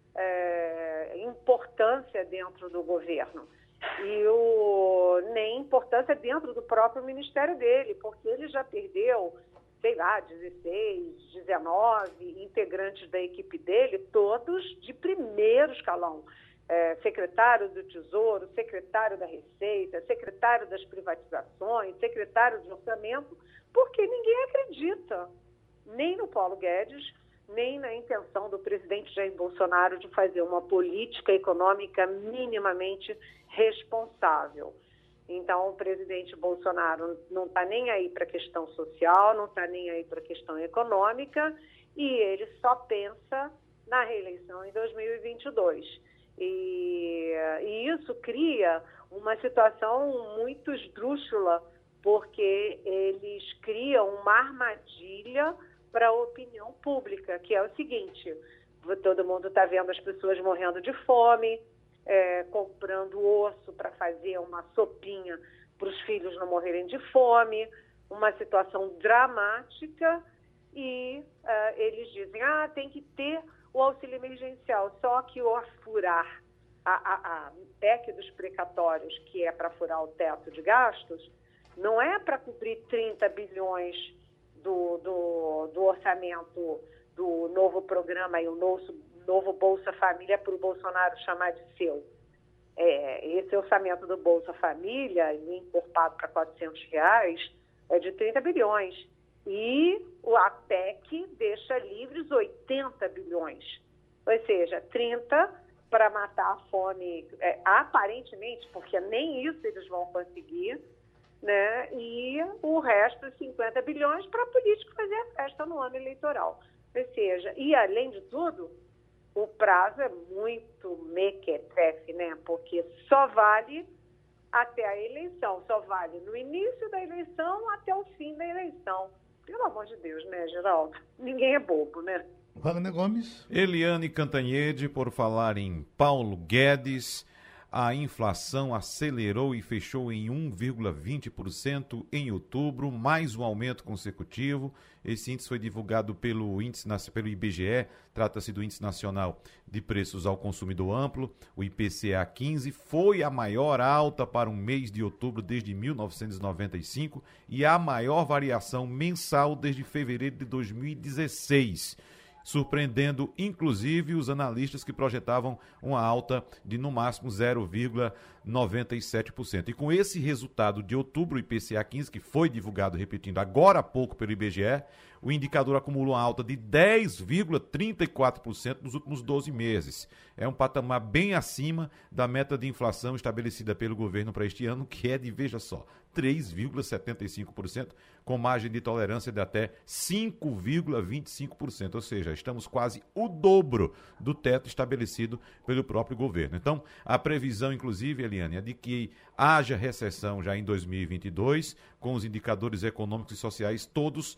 Speaker 7: é, importância dentro do governo. E o, nem importância dentro do próprio ministério dele, porque ele já perdeu, sei lá, dezesseis, dezenove integrantes da equipe dele, todos de primeiro escalão. É, secretário do Tesouro, secretário da Receita, secretário das privatizações, secretário de orçamento, porque ninguém acredita nem no Paulo Guedes, nem na intenção do presidente Jair Bolsonaro de fazer uma política econômica minimamente responsável. Então, o presidente Bolsonaro não está nem aí para a questão social, não está nem aí para a questão econômica, e ele só pensa na reeleição em dois mil e vinte e dois. E, e isso cria uma situação muito esdrúxula, porque eles criam uma armadilha para a opinião pública, que é o seguinte: todo mundo está vendo as pessoas morrendo de fome, é, comprando osso para fazer uma sopinha para os filhos não morrerem de fome, uma situação dramática, e uh, eles dizem, ah, tem que ter o auxílio emergencial, só que ao furar a, a, a P E C dos precatórios, que é para furar o teto de gastos, não é para cobrir trinta bilhões do, do, do orçamento do novo programa, e o novo, novo Bolsa Família, para o Bolsonaro chamar de seu. É, esse orçamento do Bolsa Família, encorpado para quatrocentos reais, é de trinta bilhões. E a P E C deixa livres oitenta bilhões. Ou seja, trinta para matar a fome, é, aparentemente, porque nem isso eles vão conseguir, né? E o resto, cinquenta bilhões, para político fazer a festa no ano eleitoral. Ou seja, e além de tudo, o prazo é muito mequetrefe, né? Porque só vale até a eleição, só vale no início da eleição até o fim da eleição. Pelo amor de Deus, né, Geraldo? Ninguém é bobo, né?
Speaker 2: Wagner Gomes.
Speaker 3: Eliane Cantanhede, por falar em Paulo Guedes, a inflação acelerou e fechou em um vírgula vinte por cento em outubro, mais um aumento consecutivo. Esse índice foi divulgado pelo, índice, pelo I B G E, trata-se do Índice Nacional de Preços ao Consumidor Amplo, o I P C A quinze, foi a maior alta para um mês de outubro desde mil novecentos e noventa e cinco e a maior variação mensal desde fevereiro de dois mil e dezesseis. Surpreendendo, inclusive, os analistas que projetavam uma alta de, no máximo, zero vírgula noventa e sete por cento. E com esse resultado de outubro, o I P C A quinze, que foi divulgado, repetindo, agora há pouco pelo I B G E, o indicador acumula uma alta de dez vírgula trinta e quatro por cento nos últimos doze meses. É um patamar bem acima da meta de inflação estabelecida pelo governo para este ano, que é de, veja só, três vírgula setenta e cinco por cento, com margem de tolerância de até cinco vírgula vinte e cinco por cento, ou seja, estamos quase o dobro do teto estabelecido pelo próprio governo. Então, a previsão, inclusive, Eliane, é de que haja recessão já em dois mil e vinte e dois, com os indicadores econômicos e sociais todos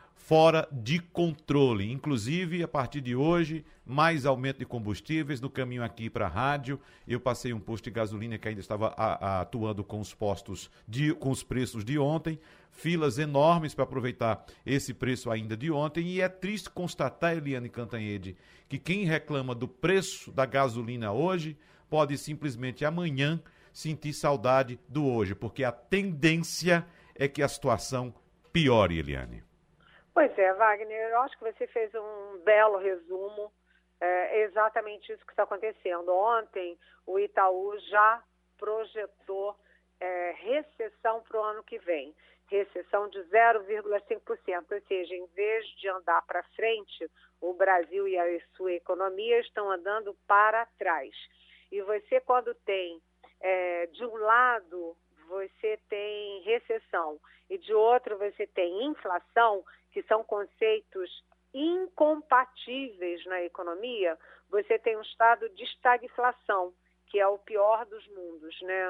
Speaker 3: fora de controle. Inclusive, a partir de hoje, mais aumento de combustíveis. No caminho aqui para a rádio, eu passei um posto de gasolina que ainda estava a, a, atuando com os postos, de, com os preços de ontem, filas enormes para aproveitar esse preço ainda de ontem, e é triste constatar, Eliane Cantanhede, que quem reclama do preço da gasolina hoje pode simplesmente amanhã sentir saudade do hoje, porque a tendência é que a situação piore, Eliane.
Speaker 7: Pois é, Wagner, eu acho que você fez um belo resumo é exatamente isso que está acontecendo. Ontem, o Itaú já projetou é, recessão para o ano que vem. Recessão de zero vírgula cinco por cento, ou seja, em vez de andar para frente, o Brasil e a sua economia estão andando para trás. E você, quando tem, é, de um lado, você tem recessão e de outro você tem inflação, que são conceitos incompatíveis na economia, você tem um estado de estagflação, que é o pior dos mundos, né?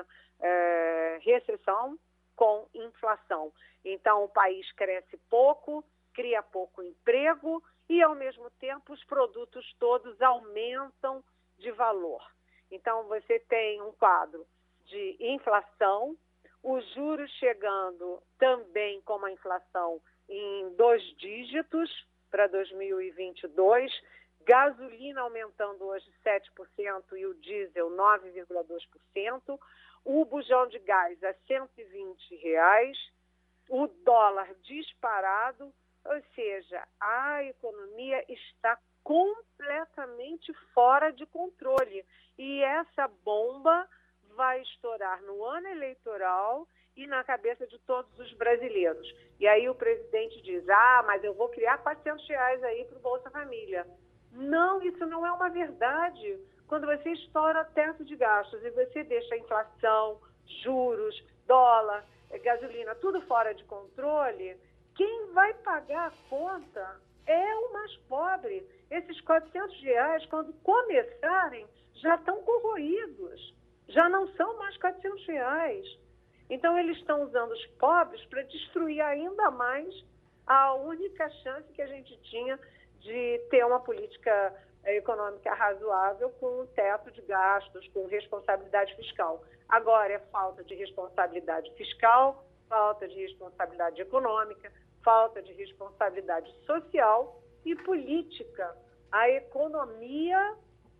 Speaker 7: É, recessão com inflação. Então, o país cresce pouco, cria pouco emprego e, ao mesmo tempo, os produtos todos aumentam de valor. Então, você tem um quadro de inflação, os juros chegando também com uma inflação em dois dígitos para dois mil e vinte e dois, gasolina aumentando hoje sete por cento e o diesel nove vírgula dois por cento, o bujão de gás a cento e vinte reais, o dólar disparado, ou seja, a economia está completamente fora de controle. E essa bomba vai estourar no ano eleitoral e na cabeça de todos os brasileiros. E aí o presidente diz, ah, mas eu vou criar quatrocentos reais aí para o Bolsa Família. Não, isso não é uma verdade. Quando você estoura teto de gastos e você deixa a inflação, juros, dólar, gasolina, tudo fora de controle, quem vai pagar a conta é o mais pobre. Esses quatrocentos reais, quando começarem, já estão corroídos. Já não são mais quatrocentos reais. Então, eles estão usando os pobres para destruir ainda mais a única chance que a gente tinha de ter uma política econômica razoável com um teto de gastos, com responsabilidade fiscal. Agora é falta de responsabilidade fiscal, falta de responsabilidade econômica, falta de responsabilidade social e política. A economia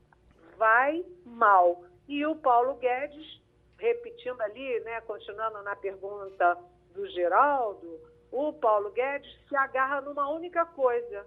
Speaker 7: vai mal. E o Paulo Guedes, repetindo ali, né, continuando na pergunta do Geraldo, o Paulo Guedes se agarra numa única coisa,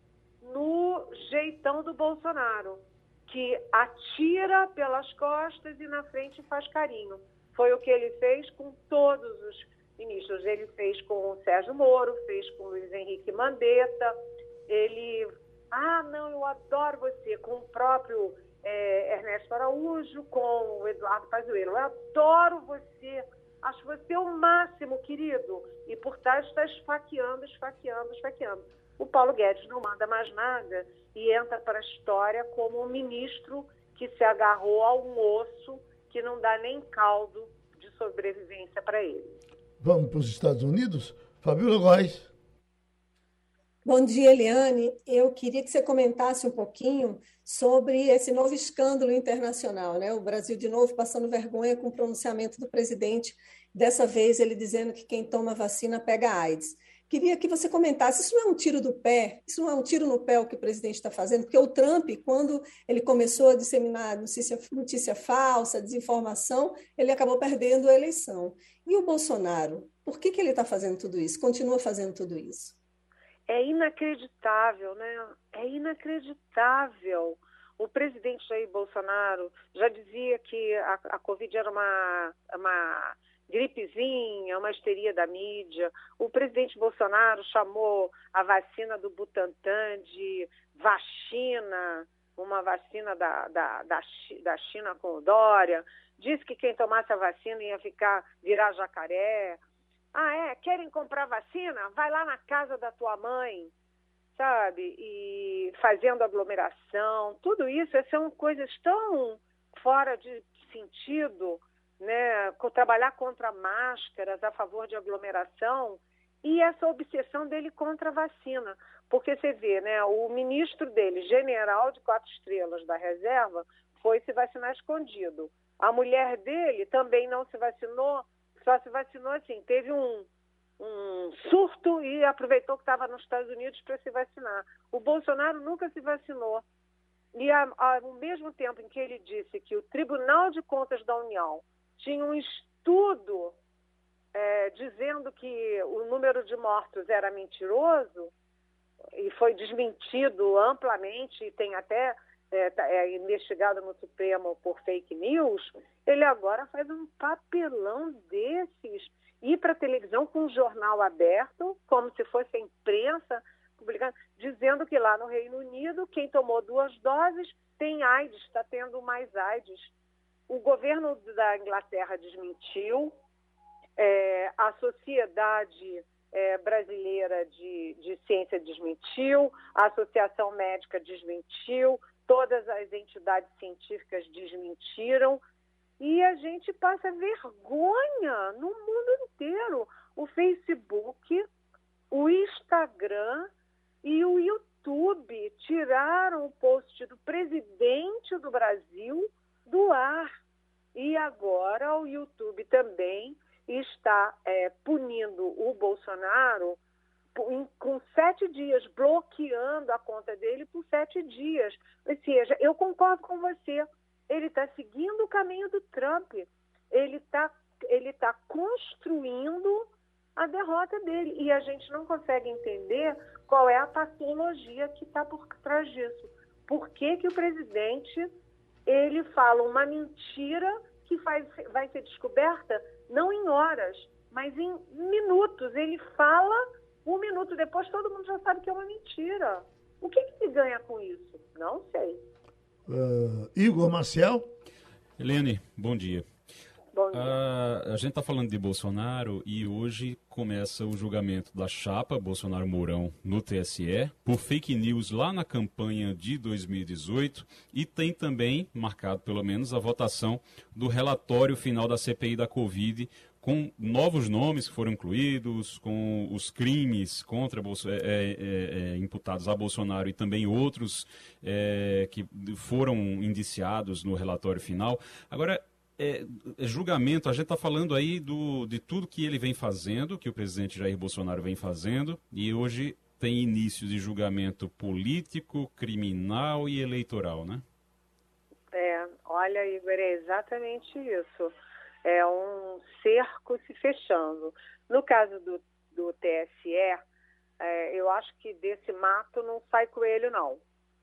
Speaker 7: no jeitão do Bolsonaro, que atira pelas costas e na frente faz carinho. Foi o que ele fez com todos os ministros. Ele fez com o Sérgio Moro, fez com o Luiz Henrique Mandetta, ele... Ah, não, eu adoro você, com o próprio é, Ernesto Araújo, com o Eduardo Pazuello. Eu adoro você, acho você o máximo, querido. E por trás está esfaqueando, esfaqueando, esfaqueando. O Paulo Guedes não manda mais nada e entra para a história como um ministro que se agarrou a um osso que não dá nem caldo de sobrevivência para ele.
Speaker 2: Vamos para os Estados Unidos? Fabíola Góes.
Speaker 5: Bom dia, Eliane. Eu queria que você comentasse um pouquinho sobre esse novo escândalo internacional, né? O Brasil, de novo, passando vergonha com o pronunciamento do presidente, dessa vez ele dizendo que quem toma vacina pega AIDS. Queria que você comentasse, isso não é um tiro do pé? Isso não é um tiro no pé o que o presidente está fazendo? Porque o Trump, quando ele começou a disseminar notícia, notícia falsa, desinformação, ele acabou perdendo a eleição. E o Bolsonaro, por que, que ele está fazendo tudo isso? Continua fazendo tudo isso?
Speaker 7: É inacreditável, né? É inacreditável. O presidente Jair Bolsonaro já dizia que a, a Covid era uma, uma gripezinha, uma histeria da mídia. O presidente Bolsonaro chamou a vacina do Butantan de vacina, uma vacina da, da, da, da China com o Dória. Disse que quem tomasse a vacina ia ficar, virar jacaré. Ah, é? Querem comprar vacina? Vai lá na casa da tua mãe, sabe? E fazendo aglomeração. Tudo isso são coisas tão fora de sentido, né? Trabalhar contra máscaras, a favor de aglomeração, e essa obsessão dele contra a vacina. Porque você vê, né? O ministro dele, general de quatro estrelas da reserva, foi se vacinar escondido. A mulher dele também não se vacinou, só se vacinou assim, teve um, um surto e aproveitou que estava nos Estados Unidos para se vacinar. O Bolsonaro nunca se vacinou. E a, a, ao mesmo tempo em que ele disse que o Tribunal de Contas da União tinha um estudo é, dizendo que o número de mortos era mentiroso, e foi desmentido amplamente, e tem até é, tá, é investigado no Supremo por fake news, ele agora faz um papelão desses, ir para a televisão com um jornal aberto, como se fosse a imprensa, publicando, dizendo que lá no Reino Unido, quem tomou duas doses tem AIDS, está tendo mais AIDS. O governo da Inglaterra desmentiu, é, a Sociedade é, Brasileira de, de Ciência desmentiu, a Associação Médica desmentiu, todas as entidades científicas desmentiram, e a gente passa vergonha no mundo inteiro. O Facebook, o Instagram e o YouTube tiraram o post do presidente do Brasil do ar. E agora o YouTube também está é, punindo o Bolsonaro em, com sete dias, bloqueando a conta dele por sete dias. Ou seja, eu concordo com você, ele está seguindo o caminho do Trump, ele está ele tá construindo a derrota dele, e a gente não consegue entender qual é a patologia que está por trás disso. Por que que o presidente ele fala uma mentira que faz, vai ser descoberta não em horas, mas em minutos? Ele fala, um minuto depois todo mundo já sabe que é uma mentira. O que que se ganha com isso? Não sei.
Speaker 2: Uh, Igor Maciel?
Speaker 4: Helene, bom dia.
Speaker 7: Bom dia.
Speaker 4: Uh, a gente está falando de Bolsonaro e hoje começa o julgamento da chapa Bolsonaro-Mourão no T S E por fake news lá na campanha de dois mil e dezoito, e tem também, marcado pelo menos, a votação do relatório final da C P I da Covid, com novos nomes que foram incluídos, com os crimes contra Bolso- é, é, é, imputados a Bolsonaro e também outros é, que foram indiciados no relatório final. Agora, é, julgamento, a gente está falando aí do, de tudo que ele vem fazendo, que o presidente Jair Bolsonaro vem fazendo, e hoje tem início de julgamento político, criminal e eleitoral, né?
Speaker 7: É, olha, Igor, é exatamente isso. É um cerco se fechando. No caso do, do T S E, é, eu acho que desse mato não sai coelho, não.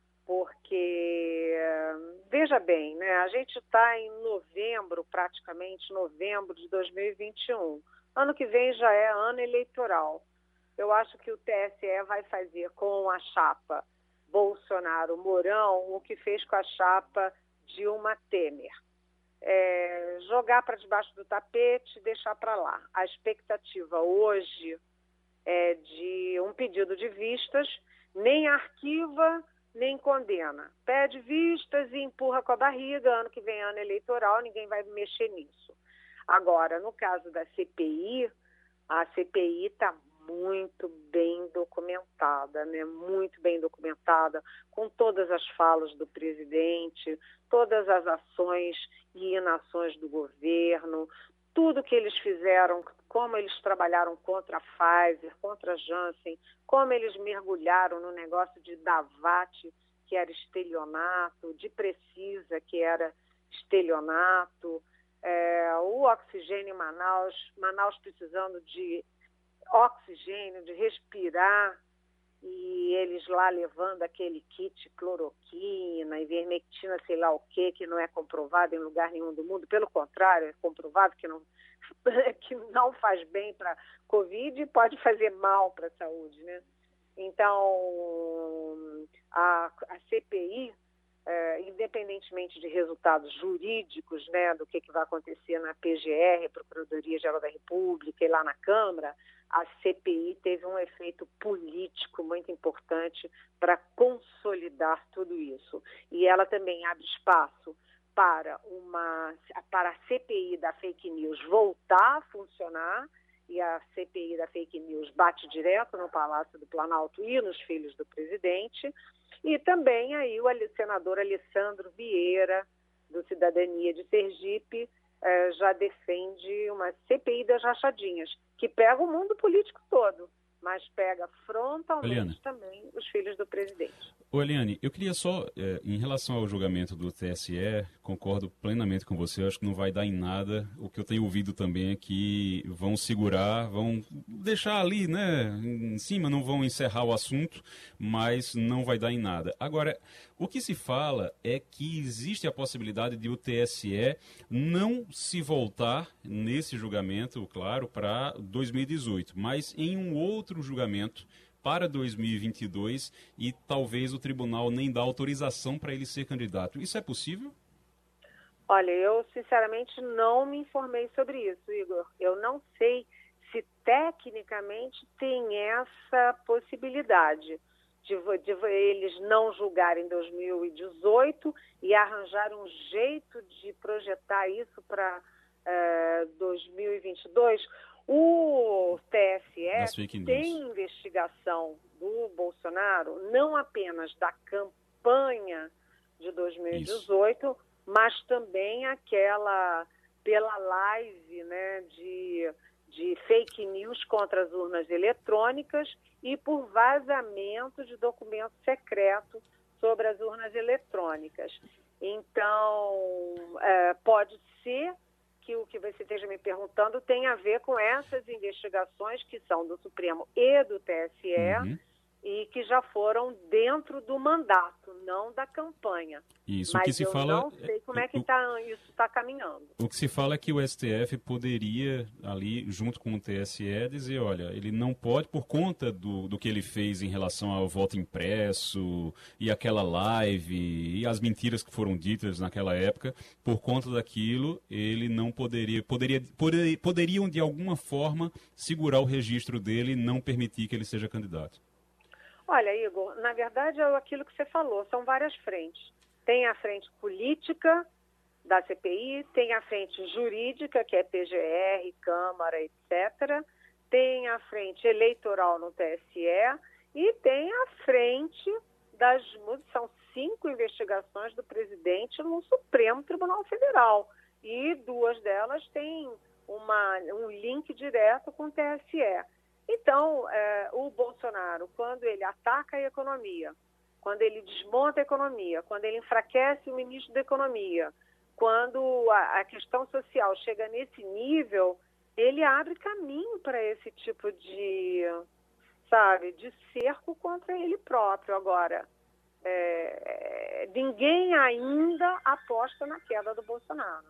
Speaker 7: Porque, veja bem, né, a gente está em novembro, praticamente novembro de dois mil e vinte e um. Ano que vem já é ano eleitoral. Eu acho que o T S E vai fazer com a chapa Bolsonaro-Mourão o que fez com a chapa Dilma-Temer. É, jogar para debaixo do tapete e deixar para lá. A expectativa hoje é de um pedido de vistas, nem arquiva, nem condena. Pede vistas e empurra com a barriga, ano que vem ano eleitoral, ninguém vai mexer nisso. Agora, no caso da C P I, a C P I está muito bem documentada, né? Muito bem documentada, com todas as falas do presidente, todas as ações e inações do governo, tudo que eles fizeram, como eles trabalharam contra a Pfizer, contra a Janssen, como eles mergulharam no negócio de Davat, que era estelionato, de Precisa, que era estelionato, é, o oxigênio em Manaus, Manaus precisando de oxigênio, de respirar, e eles lá levando aquele kit cloroquina, ivermectina, sei lá o quê, que não é comprovado em lugar nenhum do mundo. Pelo contrário, é comprovado que não, que não faz bem para a Covid e pode fazer mal para a saúde, né? Então, a, a C P I, é, independentemente de resultados jurídicos, né, do que, que vai acontecer na P G R, Procuradoria-Geral da República, e lá na Câmara, a C P I teve um efeito político muito importante para consolidar tudo isso. E ela também abre espaço para, uma, para a C P I da fake news voltar a funcionar, e a C P I da fake news bate direto no Palácio do Planalto e nos filhos do presidente. E também aí o senador Alessandro Vieira, do Cidadania de Sergipe, eh, já defende uma C P I das rachadinhas, que pega o mundo político todo. mas pega frontalmente
Speaker 4: Eliane.
Speaker 7: também os filhos do presidente.
Speaker 4: Ô, Eliane, eu queria só, é, em relação ao julgamento do T S E, concordo plenamente com você, eu acho que não vai dar em nada. O que eu tenho ouvido também é que vão segurar, vão deixar ali, né, em cima, não vão encerrar o assunto, mas não vai dar em nada. Agora, o que se fala é que existe a possibilidade de o T S E não se voltar nesse julgamento, claro, para dois mil e dezoito, mas em um outro julgamento para dois mil e vinte e dois e talvez o tribunal nem dá autorização para ele ser candidato. Isso é possível?
Speaker 7: Olha, eu sinceramente não me informei sobre isso, Igor. Eu não sei se tecnicamente tem essa possibilidade de, de eles não julgarem em dois mil e dezoito e arranjar um jeito de projetar isso para uh, dois mil e vinte e dois. O T S E tem investigação do Bolsonaro, não apenas da campanha de dois mil e dezoito, isso. mas também aquela pela live, né, de, de fake news contra as urnas eletrônicas e por vazamento de documento secreto sobre as urnas eletrônicas. Então, é, pode ser que o que você esteja me perguntando tem a ver com essas investigações que são do Supremo e do T S E, uhum. e que já foram dentro do mandato, não da campanha.
Speaker 4: Isso,
Speaker 7: Mas
Speaker 4: o que se
Speaker 7: eu
Speaker 4: fala,
Speaker 7: não sei como é que tá, isso está caminhando.
Speaker 4: O que se fala é que o S T F poderia, ali, junto com o T S E, dizer, olha, ele não pode, por conta do, do que ele fez em relação ao voto impresso e aquela live e as mentiras que foram ditas naquela época, por conta daquilo, ele não poderia, poderia, poderia poderiam de alguma forma segurar o registro dele e não permitir que ele seja candidato.
Speaker 7: Olha, Igor, na verdade é aquilo que você falou, são várias frentes. Tem a frente política da C P I, tem a frente jurídica, que é P G R, Câmara, etcétera. Tem a frente eleitoral no T S E e tem a frente das... São cinco investigações do presidente no Supremo Tribunal Federal. E duas delas têm uma, um link direto com o T S E. Então, é, o Bolsonaro, quando ele ataca a economia, quando ele desmonta a economia, quando ele enfraquece o ministro da Economia, quando a, a questão social chega nesse nível, ele abre caminho para esse tipo de, sabe, de cerco contra ele próprio. Agora, é, ninguém ainda aposta na queda do Bolsonaro.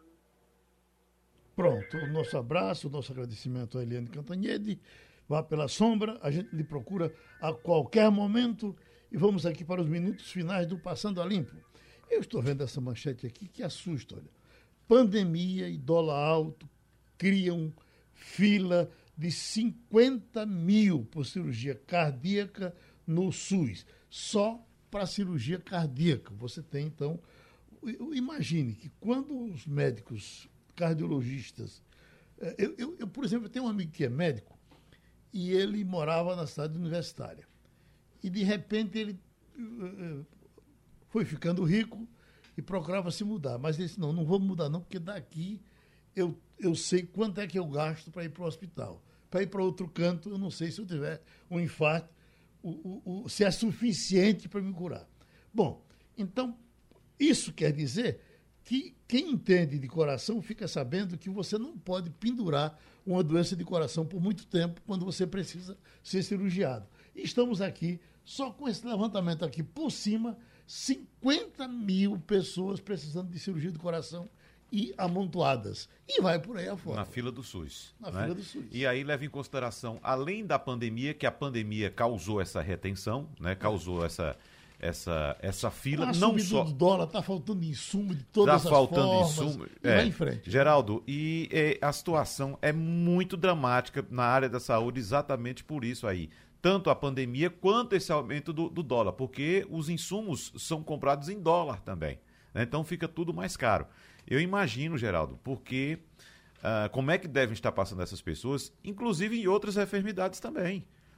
Speaker 2: Pronto, o nosso abraço, o nosso agradecimento a Eliane Cantanhede. Vá pela sombra, a gente lhe procura a qualquer momento e vamos aqui para os minutos finais do Passando a Limpo. Eu estou vendo essa manchete aqui que assusta, olha. Pandemia e dólar alto criam fila de cinquenta mil por cirurgia cardíaca no SUS, só para cirurgia cardíaca. Você tem, então, imagine que quando os médicos cardiologistas, eu, eu, eu por exemplo, tenho um amigo que é médico, e ele morava na cidade universitária. E, de repente, ele uh, foi ficando rico e procurava se mudar. Mas ele disse, não, não vou mudar não, porque daqui eu, eu sei quanto é que eu gasto para ir para o hospital. Para ir para outro canto, eu não sei se eu tiver um infarto, o, o, o, se é suficiente para me curar. Bom, então, isso quer dizer que quem entende de coração fica sabendo que você não pode pendurar uma doença de coração por muito tempo quando você precisa ser cirurgiado. E estamos aqui, só com esse levantamento aqui por cima, cinquenta mil pessoas precisando de cirurgia de coração e amontoadas. E vai por aí afora.
Speaker 3: Na fila do SUS.
Speaker 2: Na
Speaker 3: né?
Speaker 2: fila do SUS.
Speaker 3: E aí leva em consideração, além da pandemia, que a pandemia causou essa retenção, né? causou essa... Essa, essa fila,
Speaker 2: a
Speaker 3: não só...
Speaker 2: do dólar, está faltando insumo de todas
Speaker 3: tá
Speaker 2: as
Speaker 3: faltando
Speaker 2: formas.
Speaker 3: Insumo.
Speaker 2: E
Speaker 3: é,
Speaker 2: vai em frente.
Speaker 3: Geraldo, e é, a situação é muito dramática na área da saúde exatamente por isso aí. Tanto a pandemia quanto esse aumento do, do dólar, porque os insumos são comprados em dólar também. Né? Então fica tudo mais caro. Eu imagino, Geraldo, porque uh, como é que devem estar passando essas pessoas, inclusive em outras enfermidades também.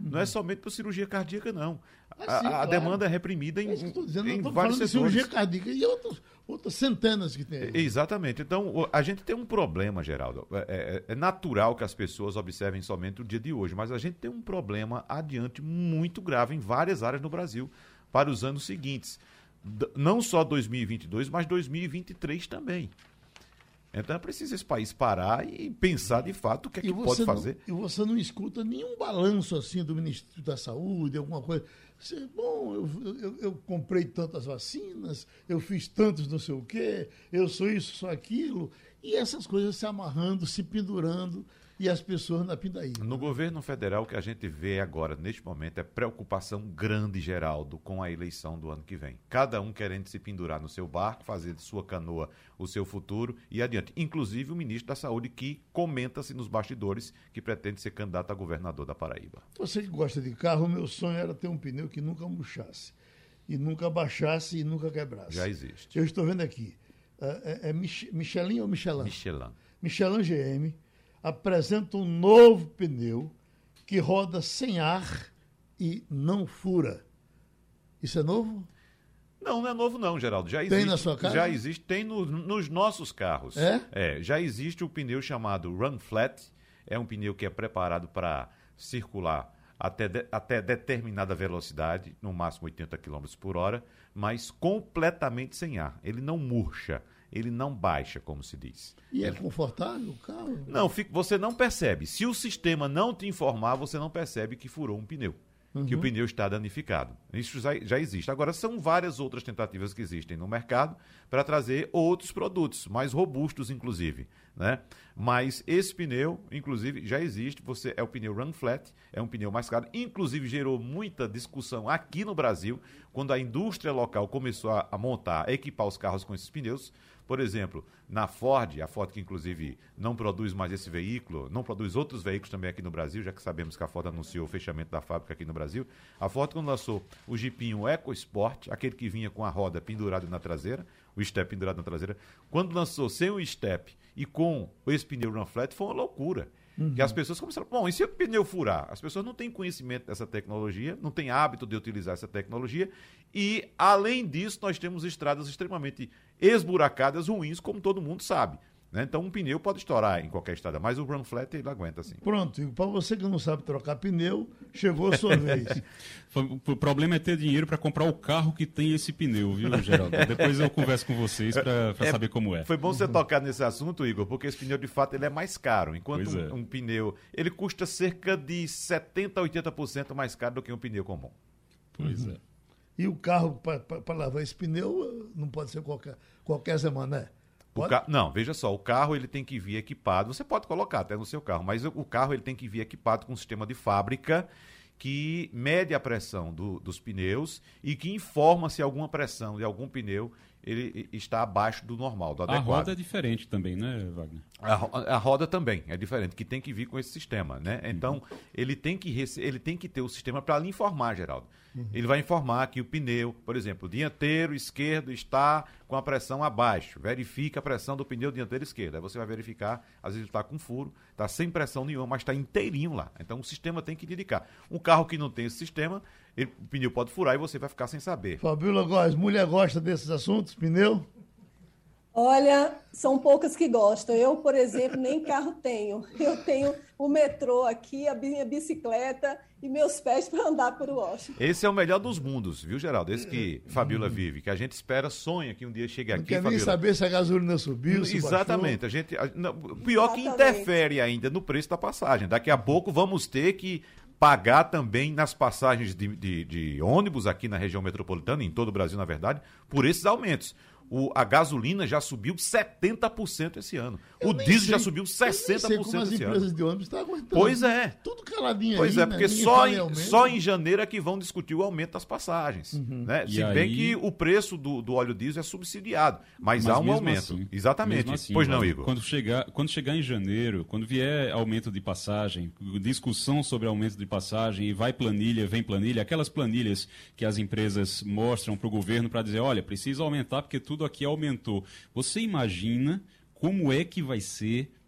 Speaker 3: Não é somente para cirurgia cardíaca, não.
Speaker 2: Ah,
Speaker 3: a
Speaker 2: sim,
Speaker 3: a
Speaker 2: claro.
Speaker 3: demanda é reprimida em,
Speaker 2: É isso que eu tô dizendo,
Speaker 3: em
Speaker 2: eu tô
Speaker 3: vários
Speaker 2: falando de
Speaker 3: setores.
Speaker 2: cirurgia cardíaca e outras, outras centenas que tem aí.
Speaker 3: Exatamente. Então, o- a gente tem um problema, Geraldo. É, é- é natural que as pessoas observem somente o dia de hoje, mas a gente tem um problema adiante muito grave em várias áreas no Brasil para os anos seguintes. D- não só dois mil e vinte e dois, mas dois mil e vinte e três também. Então é preciso esse país parar e pensar de fato o que é que
Speaker 2: E
Speaker 3: pode
Speaker 2: você, não,
Speaker 3: fazer.
Speaker 2: e você não escuta nenhum balanço assim do Ministério da Saúde, alguma coisa. Você, bom, eu, eu, eu comprei tantas vacinas, eu fiz tantos não sei o quê, eu sou isso, sou aquilo. E essas coisas se amarrando, se pendurando, e as pessoas na pindaíba.
Speaker 3: No governo federal, o que a gente vê agora, neste momento, é preocupação grande, Geraldo, com a eleição do ano que vem. Cada um querendo se pendurar no seu barco, fazer de sua canoa o seu futuro e adiante. Inclusive o ministro da Saúde, que comenta-se nos bastidores que pretende ser candidato a governador da Paraíba.
Speaker 2: Você que gosta de carro, o meu sonho era ter um pneu que nunca murchasse, e nunca baixasse e nunca quebrasse.
Speaker 3: Já existe.
Speaker 2: Eu estou vendo aqui. É, é Mich- Michelin ou Michelin?
Speaker 3: Michelin.
Speaker 2: Michelin G M apresenta um novo pneu que roda sem ar e não fura. Isso é novo?
Speaker 3: Não, não é novo não, Geraldo. Já existe.
Speaker 2: Tem na sua casa?
Speaker 3: Já existe, tem no- nos nossos carros.
Speaker 2: É?
Speaker 3: É, já existe o pneu chamado Run Flat. É um pneu que é preparado para circular até, de- até determinada velocidade, no máximo oitenta quilômetros por hora, mas completamente sem ar. Ele não murcha, ele não baixa, como se diz.
Speaker 2: E é confortável o carro?
Speaker 3: Não, fica- você não percebe. Se o sistema não te informar, você não percebe que furou um pneu. Que o pneu está danificado. Isso já, já existe. Agora, são várias outras tentativas que existem no mercado para trazer outros produtos, mais robustos, inclusive. Né? Mas esse pneu, inclusive, já existe. Você é o pneu Run Flat, é um pneu mais caro. Inclusive, gerou muita discussão aqui no Brasil, quando a indústria local começou a, a montar, a equipar os carros com esses pneus. Por exemplo, na Ford, a Ford que inclusive não produz mais esse veículo, não produz outros veículos também aqui no Brasil, já que sabemos que a Ford anunciou o fechamento da fábrica aqui no Brasil. A Ford, quando lançou o Jeepinho EcoSport, aquele que vinha com a roda pendurada na traseira, o step pendurado na traseira, quando lançou sem o step e com esse pneu Run Flat, foi uma loucura. Uhum. Que as pessoas começaram, bom, e se o pneu furar? As pessoas não têm conhecimento dessa tecnologia, não têm hábito de utilizar essa tecnologia e, além disso, nós temos estradas extremamente esburacadas, ruins, como todo mundo sabe. Né? Então, um pneu pode estourar em qualquer estrada, mas o Run Flat ele aguenta assim.
Speaker 2: Pronto, para você que não sabe trocar pneu, chegou a sua vez.
Speaker 4: O problema é ter dinheiro para comprar o carro que tem esse pneu, viu, Geraldo? Depois eu converso com vocês para
Speaker 3: É,
Speaker 4: saber como é.
Speaker 3: Foi bom você tocar nesse assunto, Igor, porque esse pneu, de fato, ele é mais caro. Enquanto
Speaker 4: Pois é.
Speaker 3: um, um pneu, ele custa cerca de setenta a oitenta por cento mais caro do que um pneu comum.
Speaker 4: Pois é.
Speaker 2: E o carro, para lavar esse pneu, não pode ser qualquer, qualquer Zemané.
Speaker 3: O
Speaker 2: Pode?
Speaker 3: ca... Não, veja só, o carro ele tem que vir equipado, você pode colocar até no seu carro, mas o carro ele tem que vir equipado com um sistema de fábrica que mede a pressão do, dos pneus e que informa se alguma pressão de algum pneu ele está abaixo do normal, do
Speaker 4: A
Speaker 3: adequado.
Speaker 4: roda é diferente também, né, Wagner?
Speaker 3: A, ro- a roda também é diferente, que tem que vir com esse sistema, né? Então, ele tem que, rece- ele tem que ter o sistema para lhe informar, Geraldo. Ele vai informar que o pneu, por exemplo, o dianteiro esquerdo está com a pressão abaixo. Verifica a pressão do pneu dianteiro esquerdo. Aí você vai verificar, às vezes ele está com furo, está sem pressão nenhuma, mas está inteirinho lá. Então, o sistema tem que lhe indicar. Um carro que não tem esse sistema, ele- o pneu pode furar e você vai ficar sem saber.
Speaker 2: Fabíola Góes, mulher gosta desses assuntos, pneu?
Speaker 5: Olha, são poucas que gostam. Eu, por exemplo, nem carro tenho. Eu tenho o metrô aqui, a minha bicicleta e meus pés para andar por Washington.
Speaker 3: Esse é o melhor dos mundos, viu, Geraldo? Esse que Fabíola vive, que a gente espera, sonha que um dia chegue
Speaker 2: Não
Speaker 3: aqui,
Speaker 2: quer nem
Speaker 3: Fabíola.
Speaker 2: saber se a gasolina subiu, se
Speaker 3: Exatamente. A gente, a- não, pior que
Speaker 5: Exatamente.
Speaker 3: interfere ainda no preço da passagem. Daqui a pouco vamos ter que pagar também nas passagens de, de- de ônibus aqui na região metropolitana, em todo o Brasil, na verdade, por esses aumentos. O, a gasolina já subiu setenta por cento esse ano.
Speaker 2: Eu
Speaker 3: o
Speaker 2: nem
Speaker 3: diesel já
Speaker 2: sei-
Speaker 3: subiu
Speaker 2: eu nem
Speaker 3: sessenta
Speaker 2: sei
Speaker 3: por
Speaker 2: como
Speaker 3: cento
Speaker 2: as
Speaker 3: esse
Speaker 2: empresas
Speaker 3: ano.
Speaker 2: de ônibus estão aguentando.
Speaker 3: Pois é.
Speaker 2: Tudo caladinho
Speaker 3: Pois
Speaker 2: aí,
Speaker 3: é, porque
Speaker 2: né? Ninguém
Speaker 3: só
Speaker 2: fala em
Speaker 3: em,
Speaker 2: aumento.
Speaker 3: só em janeiro é que vão discutir o aumento das passagens. Né?
Speaker 4: E
Speaker 3: Se bem
Speaker 4: aí-
Speaker 3: que o preço do, do óleo diesel é subsidiado, mas, há um
Speaker 4: mesmo
Speaker 3: aumento.
Speaker 4: assim-
Speaker 3: Exatamente.
Speaker 4: mesmo assim,
Speaker 3: pois não,
Speaker 4: Wagner,
Speaker 3: Igor?
Speaker 4: Quando chegar, quando chegar em janeiro, quando vier aumento de passagem, discussão sobre aumento de passagem, e vai planilha, vem planilha, aquelas planilhas que as empresas mostram para o governo para dizer, olha, precisa aumentar porque tudo aqui aumentou. Você imagina como é que vai ser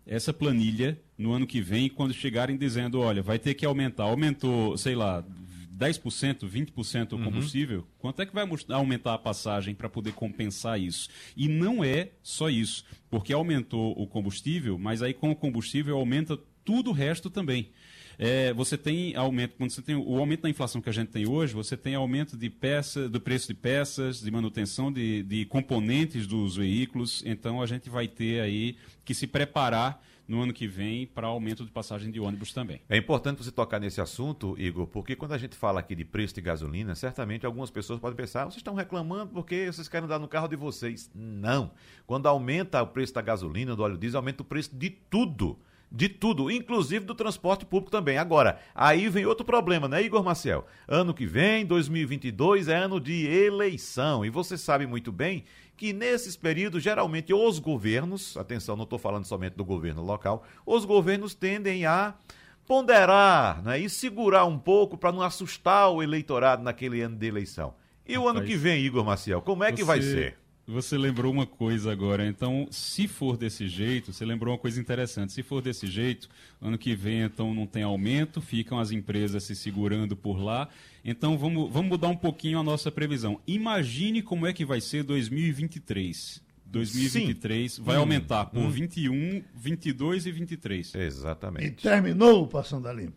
Speaker 4: essa planilha no ano que vem, quando chegarem dizendo, olha, vai ter que aumentar, aumentou, sei lá, dez por cento, vinte por cento o combustível, uhum. quanto é que vai aumentar a passagem para poder compensar isso? E não é só isso, porque aumentou o combustível, mas aí com o combustível aumenta tudo o resto também. É, você tem aumento, quando você tem o aumento da inflação que a gente tem hoje, você tem aumento de peça, do preço de peças, de manutenção de, de componentes dos veículos, então a gente vai ter aí que se preparar no ano que vem para aumento de passagem de ônibus também.
Speaker 3: É importante você tocar nesse assunto, Igor, porque quando a gente fala aqui de preço de gasolina, certamente algumas pessoas podem pensar, ah, vocês estão reclamando porque vocês querem andar no carro de vocês. Não. Quando aumenta o preço da gasolina, do óleo diesel, aumenta o preço de tudo. De tudo, inclusive do transporte público também. Agora, aí vem outro problema, né, Igor Maciel? Ano que vem, dois mil e vinte e dois, é ano de eleição. E você sabe muito bem que nesses períodos, geralmente, os governos, atenção, não estou falando somente do governo local, os governos tendem a ponderar, né, e segurar um pouco para não assustar o eleitorado naquele ano de eleição. E o Rapaz, ano que vem, Igor Maciel, como é que você... vai ser?
Speaker 4: Você lembrou uma coisa agora, então, se for desse jeito, você lembrou uma coisa interessante, se for desse jeito, ano que vem, então, não tem aumento, ficam as empresas se segurando por lá, então vamos, vamos mudar um pouquinho a nossa previsão. Imagine como é que vai ser dois mil e vinte e três. dois mil e vinte e três Sim. vai hum, aumentar por hum. vinte e um, vinte e dois e vinte e três.
Speaker 3: Exatamente.
Speaker 2: E terminou o Passando a Limpo.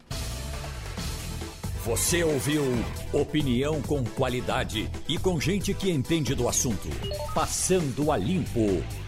Speaker 1: Você ouviu opinião com qualidade e com gente que entende do assunto. Passando a Limpo.